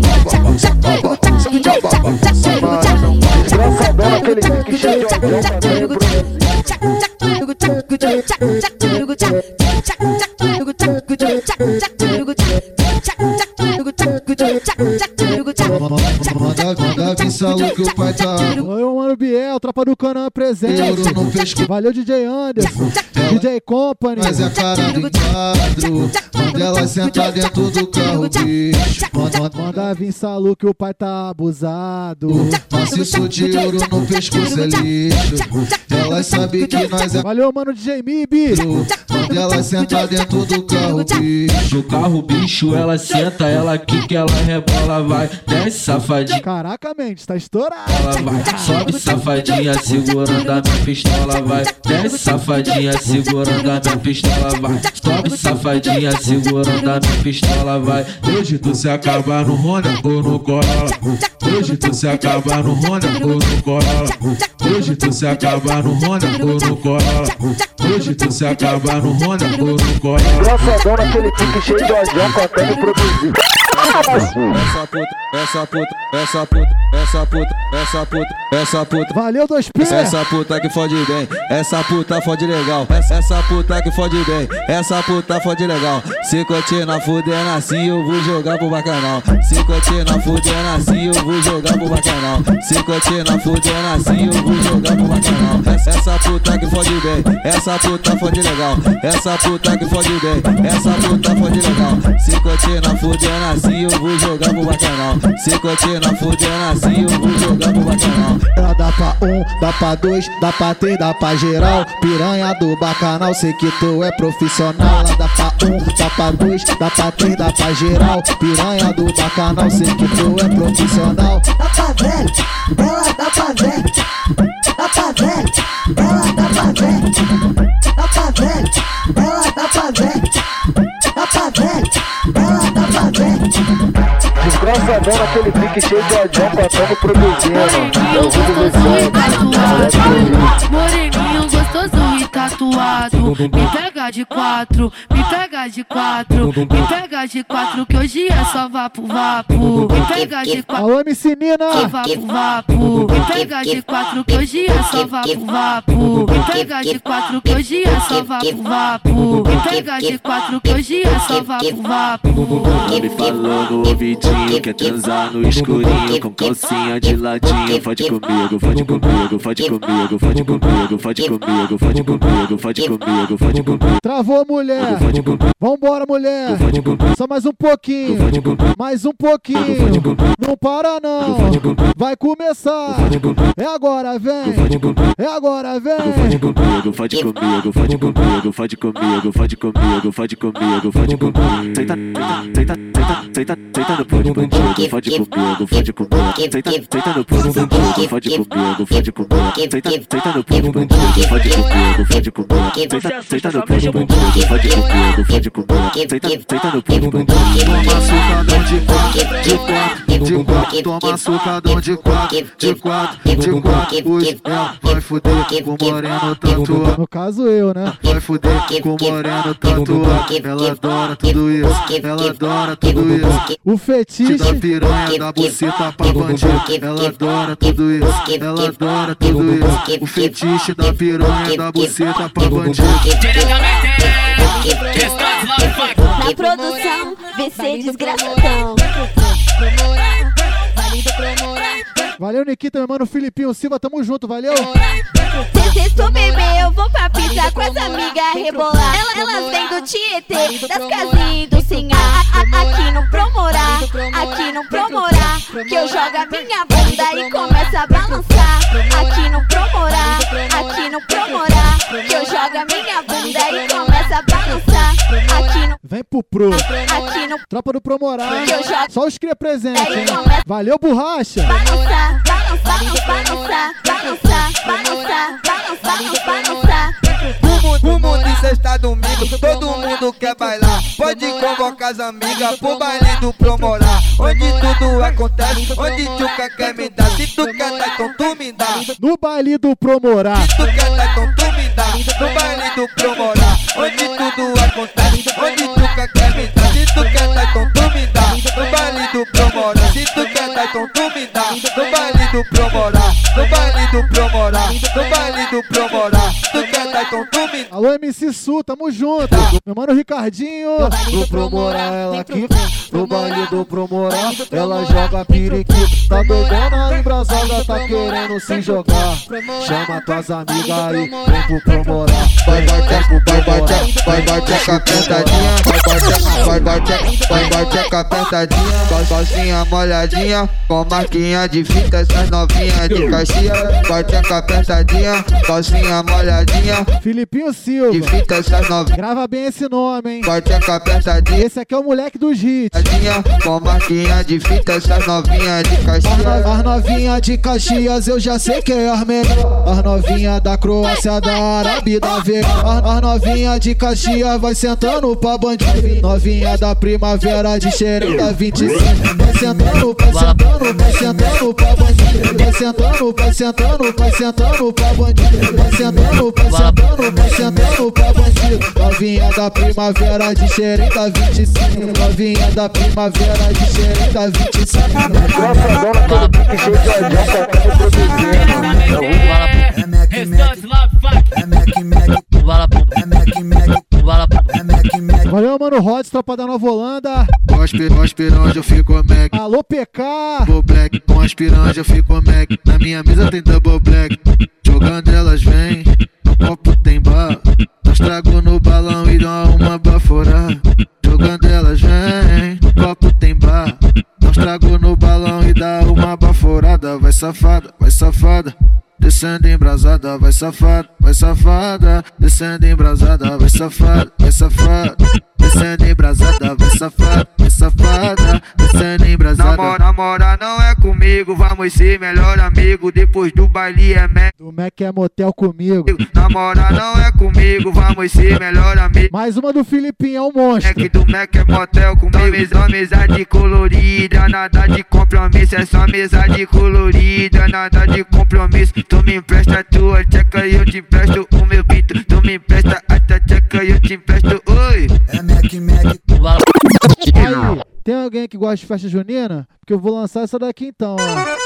se acaba, se acaba. Vem por cima e não pode. Engraçadão aquele que cheio de ódio, também produzido. Manda pinçalo que o pai tá. Oi, mano Biel, tropa do Canã presente. Valeu, DJ Anderson, DJ Company. Mas é cara do quadro. Manda ela sentar dentro do carro, bicho. Manda vir salu que o pai tá abusado. Maciço de ouro no pescoço é lixo. Elas sabem que nós é. Valeu, mano DJ Mib. Manda ela sentar dentro do carro, bicho. No carro, bicho, ela senta, ela quica, ela rebola, vai. Desce, safadinha. Caraca, mente, tá estourado. Ela vai, sobe, safadinha, segurando a minha pistola, vai. Desce, safadinha, segurando a minha pistola, vai. Sobe, safadinha, segurando a minha pistola, vai. Hoje tu se acaba no Honda ou no Corolla. Hoje tu se acaba no Honda ou no Corolla. Hoje tu se acaba no Honda ou no Corolla. Hoje tu se acaba no Honda ou no Corolla. Engraçadão naquele pique cheio de ódio, cantando e produzindo. Essa puta, essa puta, essa puta, essa puta, essa puta, essa puta. Valeu, 2P. Essa puta que fode bem, essa puta fode legal. Essa puta que fode bem, essa puta fode legal. Se continuar fudendo assim, eu vou jogar pro bacanal. Se continuar fudendo assim, eu vou jogar pro bacanal. Se continuar fudendo assim, eu vou jogar pro bacanal. Essa puta que fode bem, essa puta fode legal. Essa puta que fode bem, essa puta fode legal. Se continuar fudendo assim, eu vou jogar pro bacanal. Se continuar fudendo assim, eu vou jogar pro bacanal. Ela dá pra um, dá pra dois, dá pra três, dá pra geral. Piranha do bacanal, sei que tu é profissional. Ela dá pra um, dá pra dois, dá pra três, dá pra geral. Piranha do bacanal, sei que tu é profissional. Dá pra velho, ela dá pra velho. Dá pra velho, ela dá pra velho. Dá pra velho, ela dá pra velho. Dá pra velho, ela dá pra velho. Engraçadão naquele pique cheio de odião, cantando produzindo. É o Rudo Moreninho gostoso e tatuado. Me pega de quatro, me pega de quatro, me pega de quatro, que hoje é só vapo, vapo. Me pega de quatro. Alô, MC Nina. Vapo, vapo. Me pega de quatro, que hoje é só vapo, vapo. Me pega de quatro, que hoje é só vapo, vapo. Me pega de quatro, que hoje é só vapo, vapo. Tá me falando no ouvidinho, quer transar no escurinho, com calcinha de ladinho. Fode comigo, fode comigo, fode comigo, fode comigo, fode comigo, fode comigo, fode comigo, fode comigo. Travou, mulher. Vambora, mulher. Só mais um pouquinho. Mais um pouquinho. Não para não. Vai começar. É agora, vem. É agora, vem. Fode comigo, fode comigo, fode comigo, fode comigo, fode comigo, fode comigo, fode comigo. Senta, senta, senta, senta no pão de bandido, fode comigo, fode comigo. Senta no pão de bandido, fode comigo, fode comigo. Senta no pão de bandido, fode comigo, fode comigo. Senta no pão de bandido, fode comigo, fode comigo. Senta no pão de bandido. Toma sucadão de quatro, de quatro, de quatro. Toma sucadão de quatro, de quatro, de quatro. Hoje ela vai fuder com o moreno tatuado. No caso eu, né? Vai fuder com o moreno tatuado. Ela adora tudo isso, ela adora tudo isso. O fetiche da piranha, da buceta pra bandido. Ela adora tudo isso, ela adora tudo isso. O fetiche da piranha, da buceta pra bandido. Na produção, VC desgraçadão. Valeu, Nikita, meu mano Filipinho Silva, tamo junto, valeu? Sextou, bebê, eu vou pra pizza com as amigas rebolar. Elas vêm do Tietê, das casinhas do Sinhá. Aqui no Promorá, aqui no Promorá, que eu jogo a minha bunda e começo a balançar. Aqui no Promorá, aqui no Promorá, que eu jogo a minha bunda e começo a balançar. Aqui no Vem pro Pro, aqui no Tropa do Promorá, que eu jogo. só os cria presente, hein? Valeu, borracha! Balançar, balançar, balançar, balançar, balançar, balançar, balançar. O mundo está domingo, todo mundo quer bailar. Pode convocar as amigas pro baile do Promorá, onde tudo acontece, onde tchuca quer me dar. Se tu quer dar, então tu me dá. No baile do Promorá, se tu quer dar, então tu me dá. No baile do Promorá, onde tudo acontece, onde tchuca quer me dar. Se tu quer dar, então tu me dá. No baile do Promorá, se tu quer dar, então tu me dá. No baile do Promorá, no baile do Promorá, no baile do Promorá. Tu quer dar, então tu me dá. alô MC Sul, tamo junto. Meu mano Ricardinho. No Promorá ela quica, no baile do Promorá ela joga periquita. Tá doidona, embrasada, tá querendo se jogar. Chama tuas amigas aí, vem pro Promorá. Vai bater com a pentadinha, vai bater com a pentadinha. Calcinha molhadinha, com marquinha de fita, essas novinhas de Caxias. Bater com a pentadinha, calcinha molhadinha. Filipinho Silva, de fita, essas novinhas. Grava bem esse nome, hein? Bater com a pentadinha. Esse aqui é o moleque dos hits. Com marquinha de fita, essas novinhas de Caxias. As novinhas de Caxias eu já sei que é as melhor. As novinhas da Croácia, da Arábia, da Vega. As novinhas de Caxias vai sentando pra bandido. Novinha da Primavera de Xereta 25. Vai sentando, vai sentando, vai sentando pra bandido. Vai sentando, vai sentando, vai sentando pra bandido. Vai sentando, vai sentando, vai sentando pra bandido. Novinha da Primavera de Xereta 25. Novinha da Primavera de Xereta 25. Engraçadão naquele pique cheio de odião, cantando produzindo. É Mac Mac, é Mac Mac, é Mac Mac, é Mac Mac. Valeu, mano Rods, tropa da Nova Holanda. Com as piranhas eu fico Mac. Alô, PK. Double black, com as piranhas eu fico Mac. Na minha mesa tem double black. Jogando elas vem, no copo tem bar. Nós trago no balão e dá uma baforada. Jogando elas vem, no copo tem bar. Nós trago no balão e dá uma baforada. Vai safada, vai safada. Descendo embrasada, vai safada, vai safada. Descendo embrasada, vai safada, vai safada. descendo embrasada, vai safada, vai safada, descendo embrasada. Namora não é comigo. comigo, vamos ser melhor amigo. Depois do baile é Mac. Do Mac é motel comigo. Namorar não é comigo, vamos ser melhor amigo. Mais uma do Filipinho, é um monstro. É que do Mac é motel comigo. Amizade colorida, nada de compromisso. É só amizade colorida, nada de compromisso. Tu me empresta a tua tcheca e eu te empresto o meu pinto. Tu me empresta a tua tcheca e eu te empresto. Oi! É Mac. Aí, tem alguém que gosta de festa junina? Porque eu vou lançar essa daqui então, ó.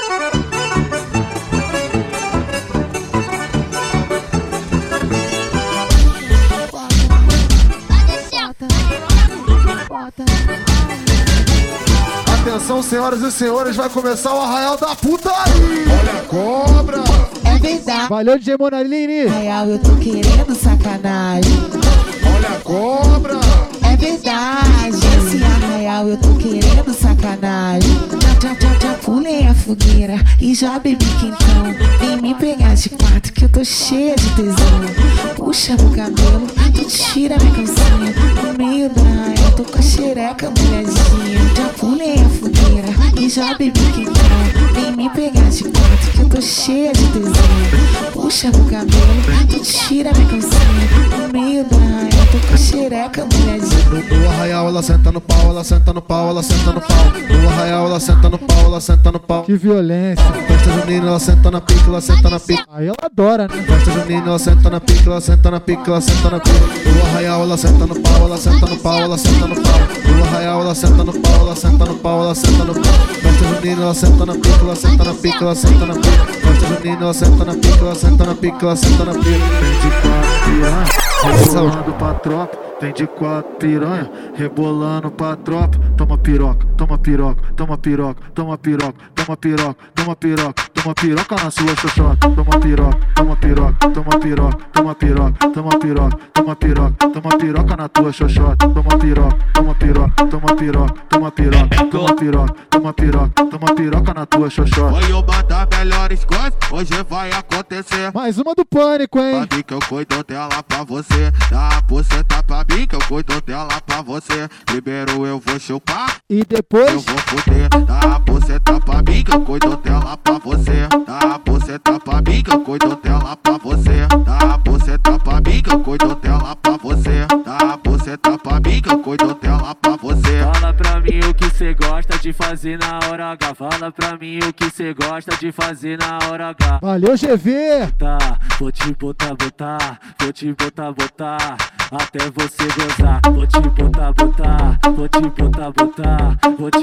Atenção, senhoras e senhores, vai começar o Arraial da Putaria. Olha a cobra. É verdade. Valeu, DJ Monalini. Arraial, eu tô querendo sacanagem. Olha a cobra. É verdade. Esse arraial, eu tô querendo sacanagem. Já pulei a fogueira e já bebi quentão. Vem me pegar de quatro que eu tô cheia de tesão. Puxa meu cabelo, tu tira minha calcinha. No meio da arraial, tô com a xereca molhadinha. Já pulei a fogueira e já bebi quentão. Vem me pegar de quatro que eu tô cheia de tesão. Puxa meu cabelo, tu tira minha calcinha. No meio da arraial, tô com a xereca molhadinha. No arraial ela senta no pau, ela senta no pau, ela senta no pau. No arraial ela senta no pau, ela senta no pau. Que violência. Festa junina ela senta na pica, ela senta na pica. Aí ela adora, né? Festa junina ela senta na pica, ela senta na pica, ela senta na pica. No arraial ela senta no pau, ela senta no pau, ela senta no pau. No arraial ela senta no pau, ela senta no pau, ela senta no pau. Festa junina ela senta na pica, ela senta na pica, ela senta na pica. Festa junina ela senta na pica, ela senta na pica, ela senta na pica. Vem de quatro piranha, rebolando pra tropa. Vem de quatro piranha, rebolando pra tropa. Toma piroca, toma piroca, toma piroca, toma piroca, toma piroca, toma piroca, toma piroca na sua xoxota. Toma piroca, toma piroca, toma piroca, toma piroca, toma piroca, toma piroca, toma piroca na tua xoxota. Toma piroca, toma piroca, toma piroca, toma piroca, toma piroca, toma piroca, toma piroca na tua xoxota. Foi eu mandar melhores coisas, hoje vai acontecer. Mais uma do Pânico, hein? Pra mim que eu cuido dela pra você. Dá você tá pra mim que eu cuido dela pra você. Primeiro eu vou chupar e depois eu vou fuder. Dá você tá pra mim que eu cuido dela pra você. Dá você tá pra mim que eu cuido dela pra você. Dá você tá pra mim que eu cuido dela pra você. Dá você tá pra mim que eu cuido dela pra você. Fala pra mim o que cê gosta de fazer na hora H. Fala pra mim o que cê gosta de fazer na hora H. Valeu, GV! Tá, vou te botar, vou te botar, até você gozar. Vou te botar, vou te botar,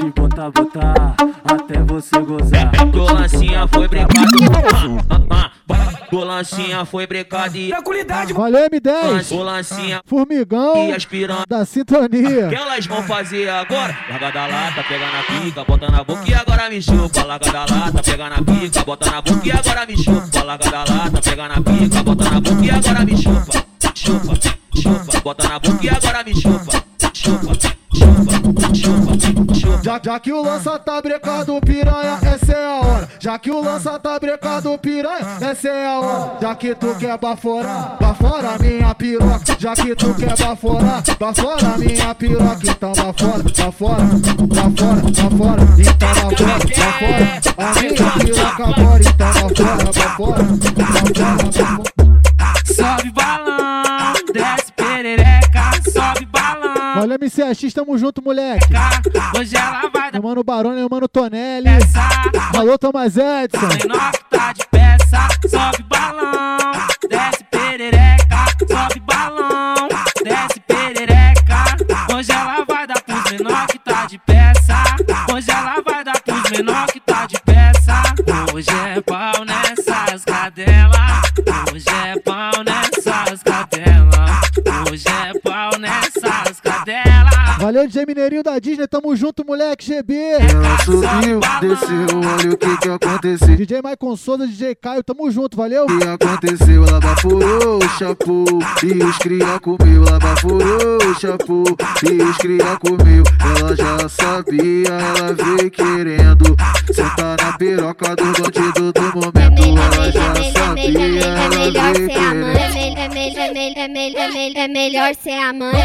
até você gozar. Golancinha foi brecado. Golancinha foi brecado e tranquilidade. Valeu, M10. Golancinha, formigão e aspirando da sintonia. Que elas vão fazer agora? Larga da lata, pega na pica, bota na boca e agora me chupa. Larga da lata, pega na pica, bota na boca e agora me chupa. Larga da lata, pega na pica, bota na boca e agora me chupa. Chupa, chupa, bota na boca e agora me chupa. Chupa, chupa, chupa, chupa. Já que o lança tá brecado, piranha, essa é a hora. Já que o lança tá brecado, piranha, essa é a hora. Já que tu quer baforar, bafora minha piroca. Já que tu quer baforar, bafora minha piroca. Então bafora, bafora, bafora, bafora. Então bafora, bafora a minha piroca agora. Então bafora, bafora, bafora, bafora. Sobe balão, desce perereca, sobe balão. Valeu, MCX, tamo junto, moleque. Hoje ela vai dar. Meu mano Barone, meu mano Tonelli. Alô, Thomas Edson. Menor que tá de peça, sobe balão, desce perereca, sobe balão, desce perereca. Hoje ela vai dar pros menor que tá de peça. Hoje ela vai dar pros menor que tá de peça. Hoje é pau nessas cadelas. Hoje é pau nessas cadelas. Hoje é pau nessas cadelas. Valeu, DJ Mineirinho da Disney, tamo junto, moleque, GB. Ela subiu, desceu, olha o que aconteceu. DJ Maicon Souza, DJ Caio, tamo junto, valeu. O que aconteceu? Ela baforou o chapu e os cria comeu. Ela baforou o chapu e os cria comeu. Ela já sabia, ela veio querendo. Senta na piroca do bandido do momento, ela já sabia, ela veio querer. É melhor ser a mãe,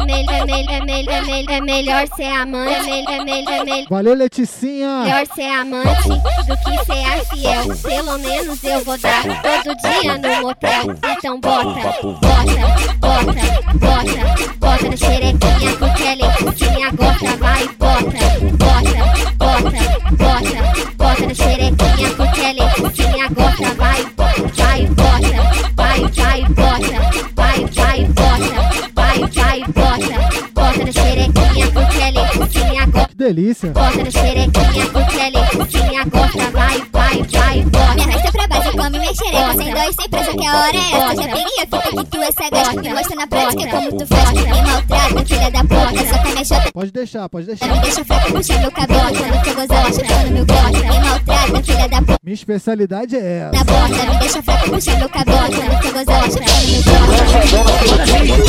é melhor ser a mãe, Valeu, Leticinha. melhor ser amante do que ser fiel. Pelo menos eu vou dar todo dia no motel. Então bota na xerequinha, porque a Leticinha gosta, vai, bota na xerequinha, porque a Leticinha gosta, vai, bota na xerequinha, porque a Leticinha gosta. Que delícia. Bota na xerequinha, porque a Leticinha gosta, vai, bota. Me arrasta pra baixo, come minha xereca, sem dó e sem pressa, que a hora é essa. Já peguei a fita que tu é sagaz, me mostra na prática como tu faz. Me maltrata, filha da puta, só que a minha chota. Pode deixar. Me deixa fraca, puxa meu cabelo, quando tu gozar, chutando meu gosto. Me maltrata, filha da puta. Minha especialidade é essa. Na bota, me deixa fraca, puxa meu cabelo, quando tu gozar, chutando meu gosto.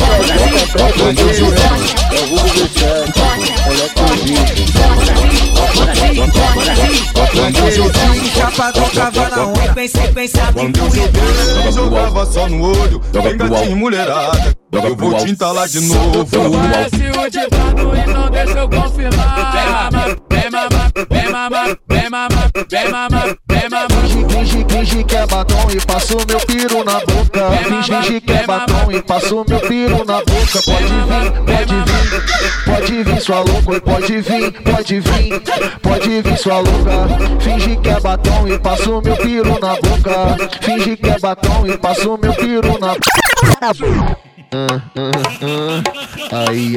Chapadão, cavana, um, pensava em Eu jogava só no olho, engatinho mulherada. Eu vou te entalar de novo. Conhece o ditado e não deixa eu confirmar. Vem mamar. Finge que é batom e passo meu piro na boca. Finge que é batom e passo meu piro na boca. Pode vir sua louca, pode vir sua louca. Finge que é batom e passo meu piro na boca. Finge que é batom e passo meu piro na boca. Ai.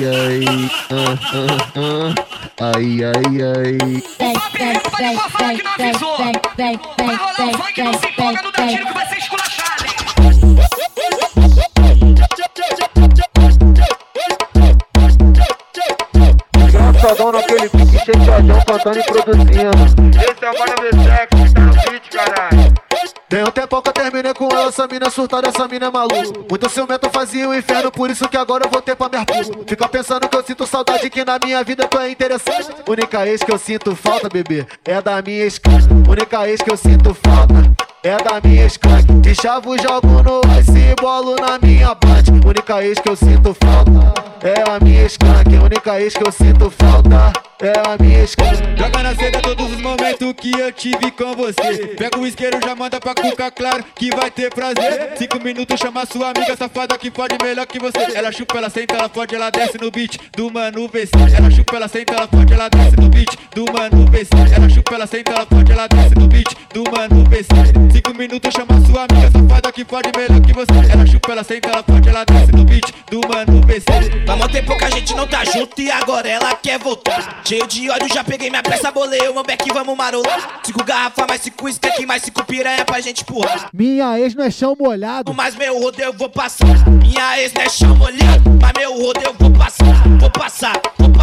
Só naquele pique cheio cantando e produzindo. Esse é o Mano V-Sex, tá no beat, caralho. Tem um tempão que eu terminei com ela, essa mina surtada, essa mina é maluca. Muito ciumento fazia o inferno, por isso que agora eu voltei pra minha puta. Fica pensando que eu sinto saudade, que na minha vida tu é interessante. Única ex que eu sinto falta, bebê, é da minha ex. Única ex que eu sinto falta é da minha skunk. De chavo jogo no ice e bolo na minha blunt. Única ex que eu sinto falta é a minha skunk. Única ex que eu sinto falta é a minha skunk. Joga na seda todos os momentos que eu tive com você. Pega o isqueiro, já manda pra cuca, claro que vai ter prazer. 5 minutos, chama sua amiga safada que fode melhor que você. Ela chupa, ela senta, ela fode, ela desce no beat do Mano VC. Ela chupa, ela senta, ela fode, ela desce no beat do Mano VC. Ela chupa, ela senta, ela fode, ela desce no beat do Mano VC. 5 minutos, chama sua amiga safada que fode melhor que você. Ela chupa, ela senta, ela fode, ela desce no beat do Mano VC. Há muito tempo que a gente não tá junto e agora ela quer voltar. Cheio de ódio, já peguei minha peça, bolei o meu beck, vamos marolar. 5 garrafas, mais 5 steak, mais 5 piranha pra gente empurrar. Minha ex não é chão molhado, mas meu rodeio eu vou passar. Minha ex não é chão molhado, mas meu rodeio eu vou passar. Vou passar.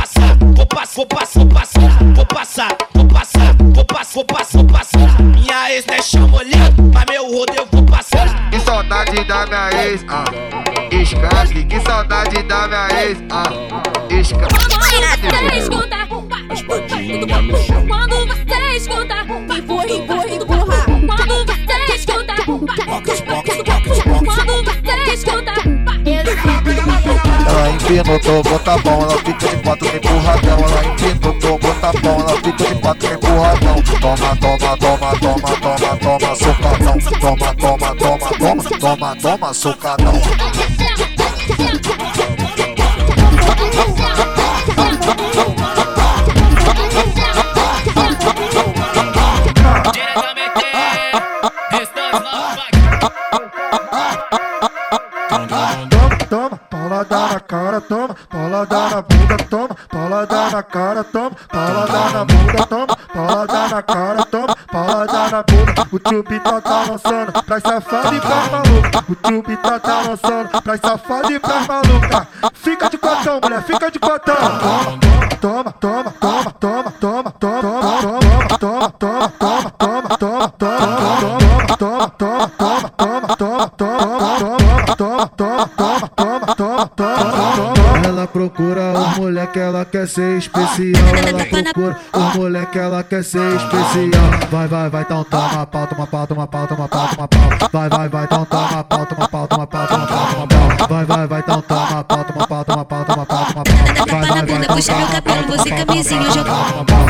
Minha ex não é chão molhado, mas meu rodeio eu vou passar. Que saudade da minha ex, escaque. Que saudade da minha ex, escaque. Quando você escuta, quando você escuta, empurra. Quando você escuta, ela empinou, bota bom, ela fica de quatro no empurradão. Ela empinou, bota bom, ela fica de quatro no empurradão. Toma, socadão. Toma, socadão. Toma, paulada na cara, toma, paulada na bunda, toma, paulada na cara, toma, paulada na bunda, toma, paulada na cara, toma, paulada na bunda. O Tchubita tá lançando pras safado e pras maluca. O Tchubita tá lançando pras safado e pras maluca. Fica de cotão, mulher, fica de cotão. Toma, procura os moleque, ela quer ser especial. Ela procura os moleque, ela quer ser especial. Vai, então toma pau, toma pau, toma pau, toma pau, toma pau. Vai, então toma pau, toma pau, toma pau, toma pau, toma pau. Vai, então toma pau, toma pau, toma pau, toma pau, toma pau. Vai, na bunda, puxa meu cabelo, você camisinha, eu jogo.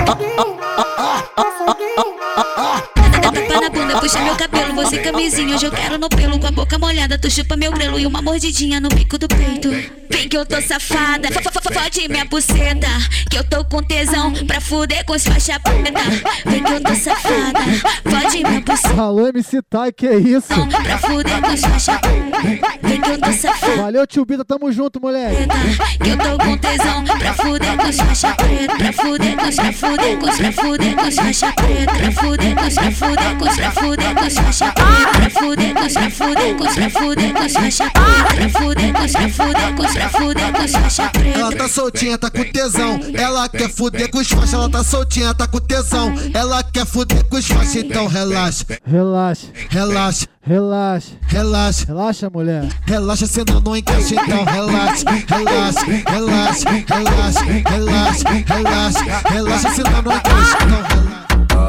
Na bunda, puxa meu cabelo, você camisinha, hoje eu quero no pelo. Com a boca molhada, tu chupa meu grelo e uma mordidinha no bico do peito. Vem que eu tô safada, fode minha buceta, que eu tô com tesão pra fuder com os faixa preta. Vem que eu tô safada, fode minha buceta. Alô, MC Tai, que é isso? Pra fuder com os faixa preta. Vem que eu tô safada. Valeu, tio Bita, tamo junto, moleque. Que eu tô com tesão pra fuder com os faixa preta. Pra fuder com os, pra fuder com os, pra fuder com os faixa preta. Pra fuder com os, pra fuder com os, pra fuder com os faixa preta. Pra fuder com os, pra fuder com os, pra fuder com os faixa preta. Pra fuder com os, pra fuder com os, pra fuder com os faixa preta. Ela tá soltinha, tá com tesão. Ela quer fuder com os faixas. Ela tá soltinha, tá com tesão. Ela quer fuder com os faixas. Então relaxa. Relaxa. Relaxa. Relaxa. Relaxa. Relaxa, mulher. Relaxa, senão não encaixa. Então relaxa. Relaxa. Relaxa. Relaxa. Relaxa. Relaxa. Relaxa, senão não encaixa. Então relaxa.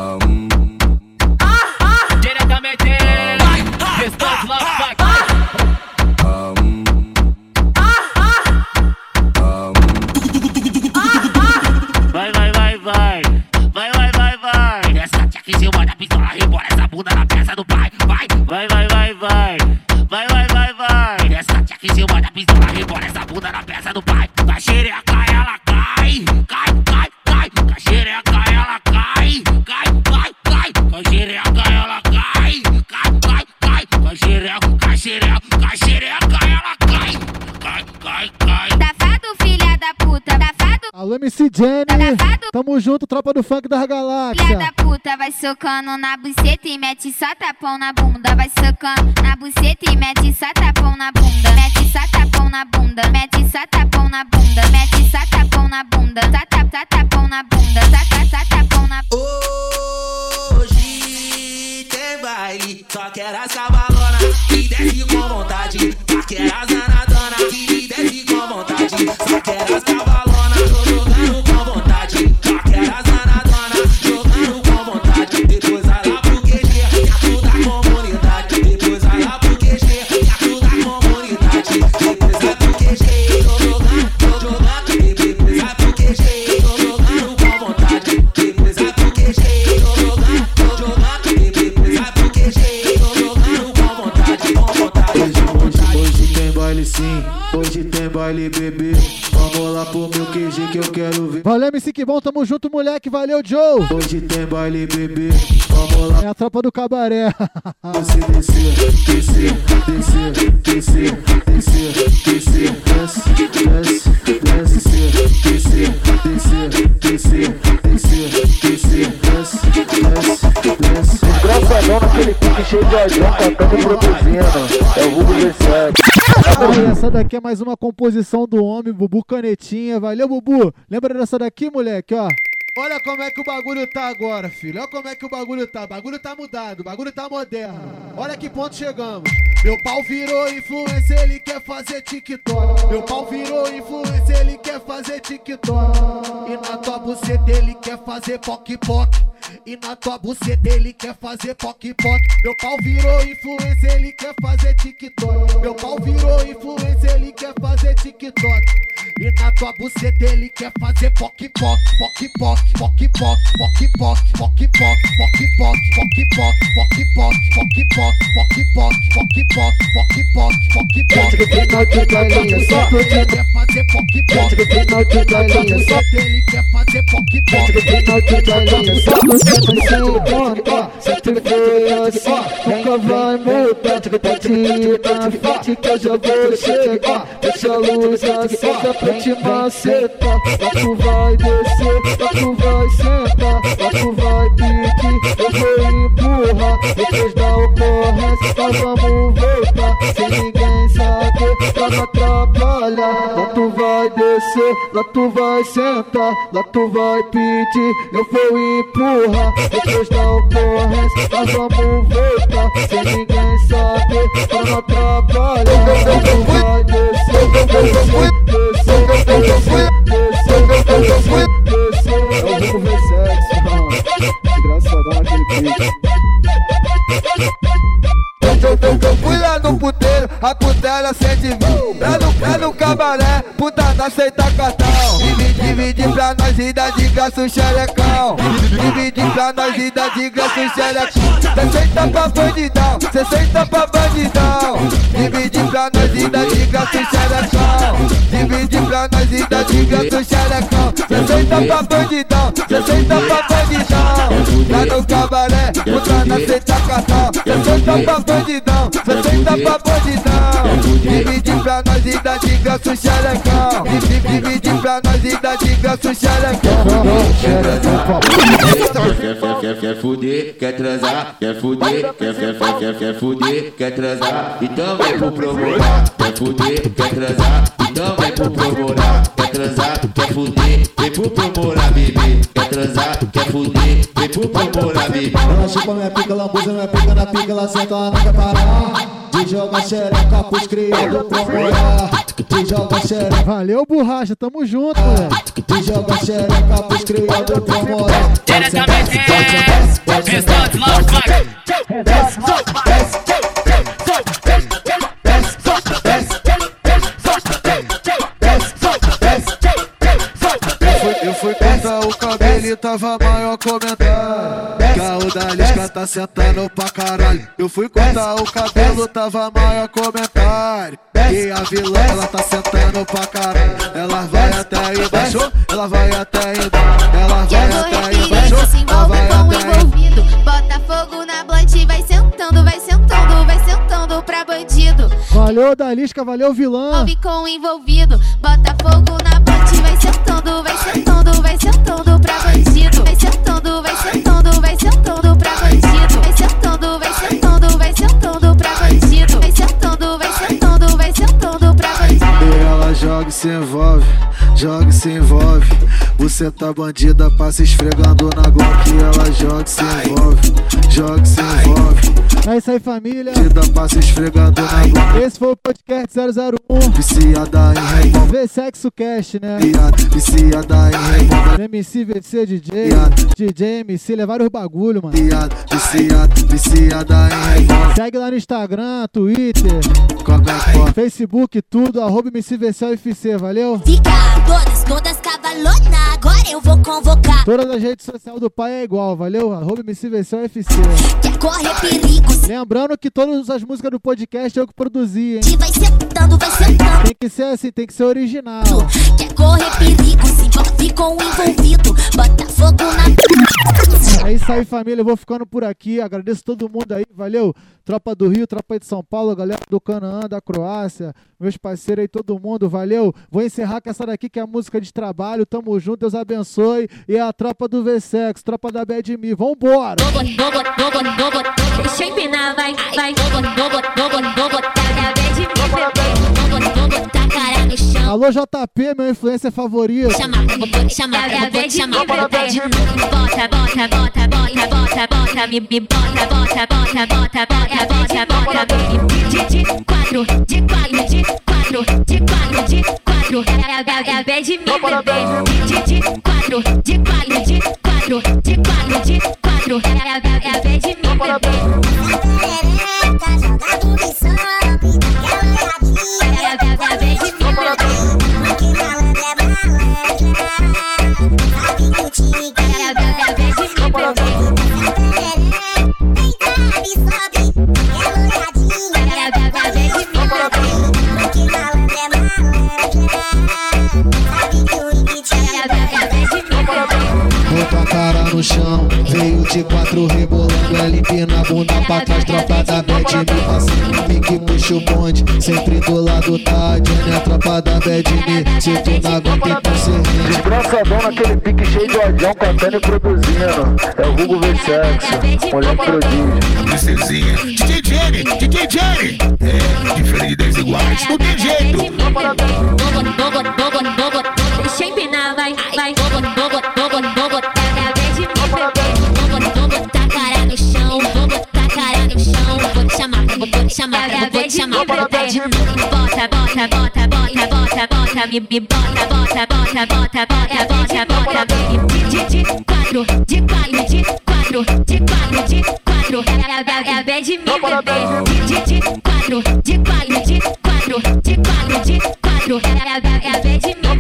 Diretamente Restante Love Pack. Vai. Essa tia que se manda pistola, rebora essa bunda na peça do pai. Vai. Essa tia que se manda pistola, rebora essa bunda na peça do pai. Com a xereca ela cai. Com a xereca ela cai. Com a xereca ela cai. Com a xereca ela cai. Safado, filha da puta, safado. Alô, MC Jenny. Tamo junto, tropa do funk das galáxias. Filha da puta, vai socando na buceta e mete só tapão na bunda. Vai socando na buceta e mete só tapão na bunda. Mete só tapão na bunda. Mete só tapão na bunda. Mete só tapão na bunda. Tapão na bunda. Tapão na bunda. Hoje tem baile, só quero as cavalonas que desce com vontade. Só quero as anadonas que desce com vontade. Só quero as cavalonas jogando com vontade. Só quero as anadonas jogando com vontade. Depois vai lá pro QG e ajuda a comunidade. Depois vai lá pro QG e ajuda a comunidade. Depois vai pro QG, tô jogando. Depois vai pro QG, tô jogando com vontade. Depois vai pro QG, tô jogando. Depois vai pro QG, tô jogando com vontade. Hoje tem baile sim, hoje tem baile bebê. Vamos lá pro meu QG que eu quero ver. Valeu, MC que bom, tamo junto, moleque. Valeu, Joe. Hoje tem baile bebê. Vamos lá. É a tropa do cabaré. Você descer, descer, descer, descer, descer, descer, desce, descer, descer, descer, descer, desce. Desgraçadão naquele pique cheio de ojão, cantando e produzindo. É o Hugo V7. Essa daqui é mais uma composição do homem, Bubu Canetinha. Valeu, Bubu. Lembra dessa daqui, moleque, ó? Olha como é que o bagulho tá agora, filho. Olha como é que o bagulho tá. O bagulho tá mudado, o bagulho tá moderno. Olha que ponto chegamos. Meu pau virou influencer, ele quer fazer TikTok. Meu pau virou influencer, ele quer fazer TikTok. E na tua buceta ele quer fazer poc-poc. E na tua buceta ele quer fazer poc-poc. Meu pau virou influencer, ele quer fazer TikTok. Meu pau virou influencer, ele quer fazer TikTok. E na tua buceta ele quer fazer poc-poc, poc-poc, poc-poc, poc-poc, poc-poc, poc-poc, poc-poc, poc-poc, poc-poc, poc-poc, poc-poc, poc-poc, poc-poc. Ele quer fazer poc-poc. Ele quer fazer poc-poc. Sempre foi assim, nunca vai mudar. Pode ir na frente que eu já vou chegar. Deixa a luz acesa pra te macetar. Lá tu vai descer, lá tu vai sentar. Lá tu vai pedir, eu vou empurrar. Depois da ocorrência nós vamos voltar. Sem ninguém saber, pra não atrapalhar. Lá tu vai descer, lá tu vai sentar. Lá tu vai pedir, eu vou empurrar. Depois da ocorrência nós vamos voltar. Sem ninguém saber, pra não atrapalhar. Lá tu vai descer, descer, descer. cabaré, puta aceita cartão. Divide pra nós e dá de graça o xerecão. Divide pra nós e dá de graça o xerecão. 60 pra bandidão, 60 pra bandidão. Divide pra nós e dá de graça o xerecão. Divide pra nós e dá de graça o xerecão. 60 pra bandidão, 60 pra bandidão. Lá no cabaré, puta aceita cartão. 60 pra bandidão, 60 pra bandidão. Divide pra nós e dá de graça o xerecão. Divide pra nós e dá de graça o xerecão. Quer fuder, quer transar, quer fuder, quer fuder, quer transar, então vem pro promorar. Quer fuder, quer transar, então vem pro promorar. Quer transar, quer fuder, vem pro promorar, bebê. Quer transar, quer fuder, vem pro promorar, bebê. Ela chupa minha pica, lambuza minha pica na pica, ela senta, ela não quer parar. De joga xereca pros criados pra morar. De joga xereca. Valeu, borracha, tamo junto, moleque. De joga xereca pros criados pra morar. Diretamente, Restante Loud Flag. Eu fui cortar o cabelo e tava maior comentário. Carro da Lisca tá sentando pra caralho. Eu fui cortar o cabelo, tava maior comentário. E a vilã, ela tá sentando pra caralho. Ela vai até embaixo, ela vai até embaixo. Ela vai até embaixo, ela vai até envolvido. Bota fogo na blunt, vai sentando, vai sentando, vai sentando pra bandido. Valeu, Dalisca, valeu, vilã. Ouve com envolvido, bota fogo na blunt, vai sentando, vai sentando, vai sentando pra bandido. Vai sentando, vai sentando, vai sentando pra bandido. Vai sentando, vai sentando, vai sentando pra bandido. Vai sentando, vai sentando, vai sentando pra bandido. E ela joga e se envolve, joga e se envolve. Você tá bandida, passa esfregando na Glock. Ela joga e se envolve, joga e se envolve. É isso aí, família. Bandida, passa esfregando na Glock. Esse foi o podcast 001. Viciada em rei. V-Sexo Cast, né? Viciada em rei. MC, VC, DJ, MC, levaram os bagulho, mano. Viciada em rei. Segue lá no Instagram, Twitter, Facebook, tudo, @MCVCUFC, valeu? Fica todas cavalona, agora eu vou convocar. Todas as redes sociais do pai é igual, valeu? @MCVCUFC. Quer correr perigos? Lembrando que todas as músicas do podcast eu que produzi, hein? Vai sentando, vai sentando. Tem que ser assim, tem que ser original. Quer correr perigos? Se envolve com o envolvido, bota fogo na... É isso aí, família, eu vou ficando por aqui, agradeço todo mundo aí, valeu? Tropa do Rio, tropa de São Paulo, galera do Canaã, da Croácia, meus parceiros aí, todo mundo, valeu? Vou encerrar com essa daqui que é a música de trabalho, tamo junto, Deus abençoe, e a tropa do V-Sex, tropa da Bad Me, vambora! Deixa eu empinar, vai, vou botar a Bad Me, tá cara no chão. Alô JP, meu influencer favorito. Chama, vou chamar, bota, me de quatro, é a Bad Me, de quatro, é a Bad Me, Bota a cara no chão, veio de quatro rebolando, LP na bunda pra trás, tropa da Bad Me, passando pique, puxa o bonde, sempre do lado tá a Jenny, a tropa da Bad Me, se tu não aguenta então cê rende. Desgraçadão naquele pique cheio de odião, cantando e produzindo, é o Hugo V-Sexo, moleque prodígio. Princesinha, DJ Jenny, é, diferente de 10 iguais, não tem jeito. deixa eu empinar, vai, vou botar a Bad Me, vou botar cara no chão, vou te chamar, vou te chamar, bota, me de quatro, é a Bad Me, de quatro, quatro, ela vem de mim,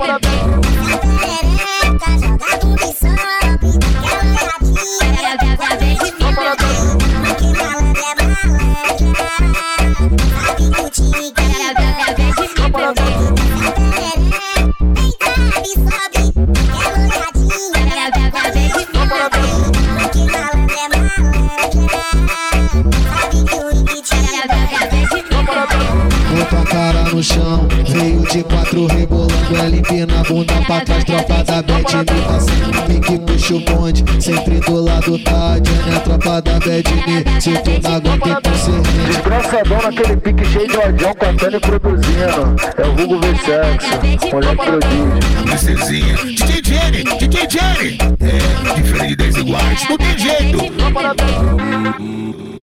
Bota a cara no chão, veio de quatro rebolando, ela empina a bunda pra trás, tropa da Bad Me passando, pique puxa o bonde, sempre do lado da Diana, tropa da Bad Me, se tu não aguenta então cê rende. Desgraçadão naquele pique cheio de odião, cantando e produzindo. É o vulgo V-Sexo, moleque prodígio. Princesinha, DJ Jenny, é, diferente das iguais, não tem jeito.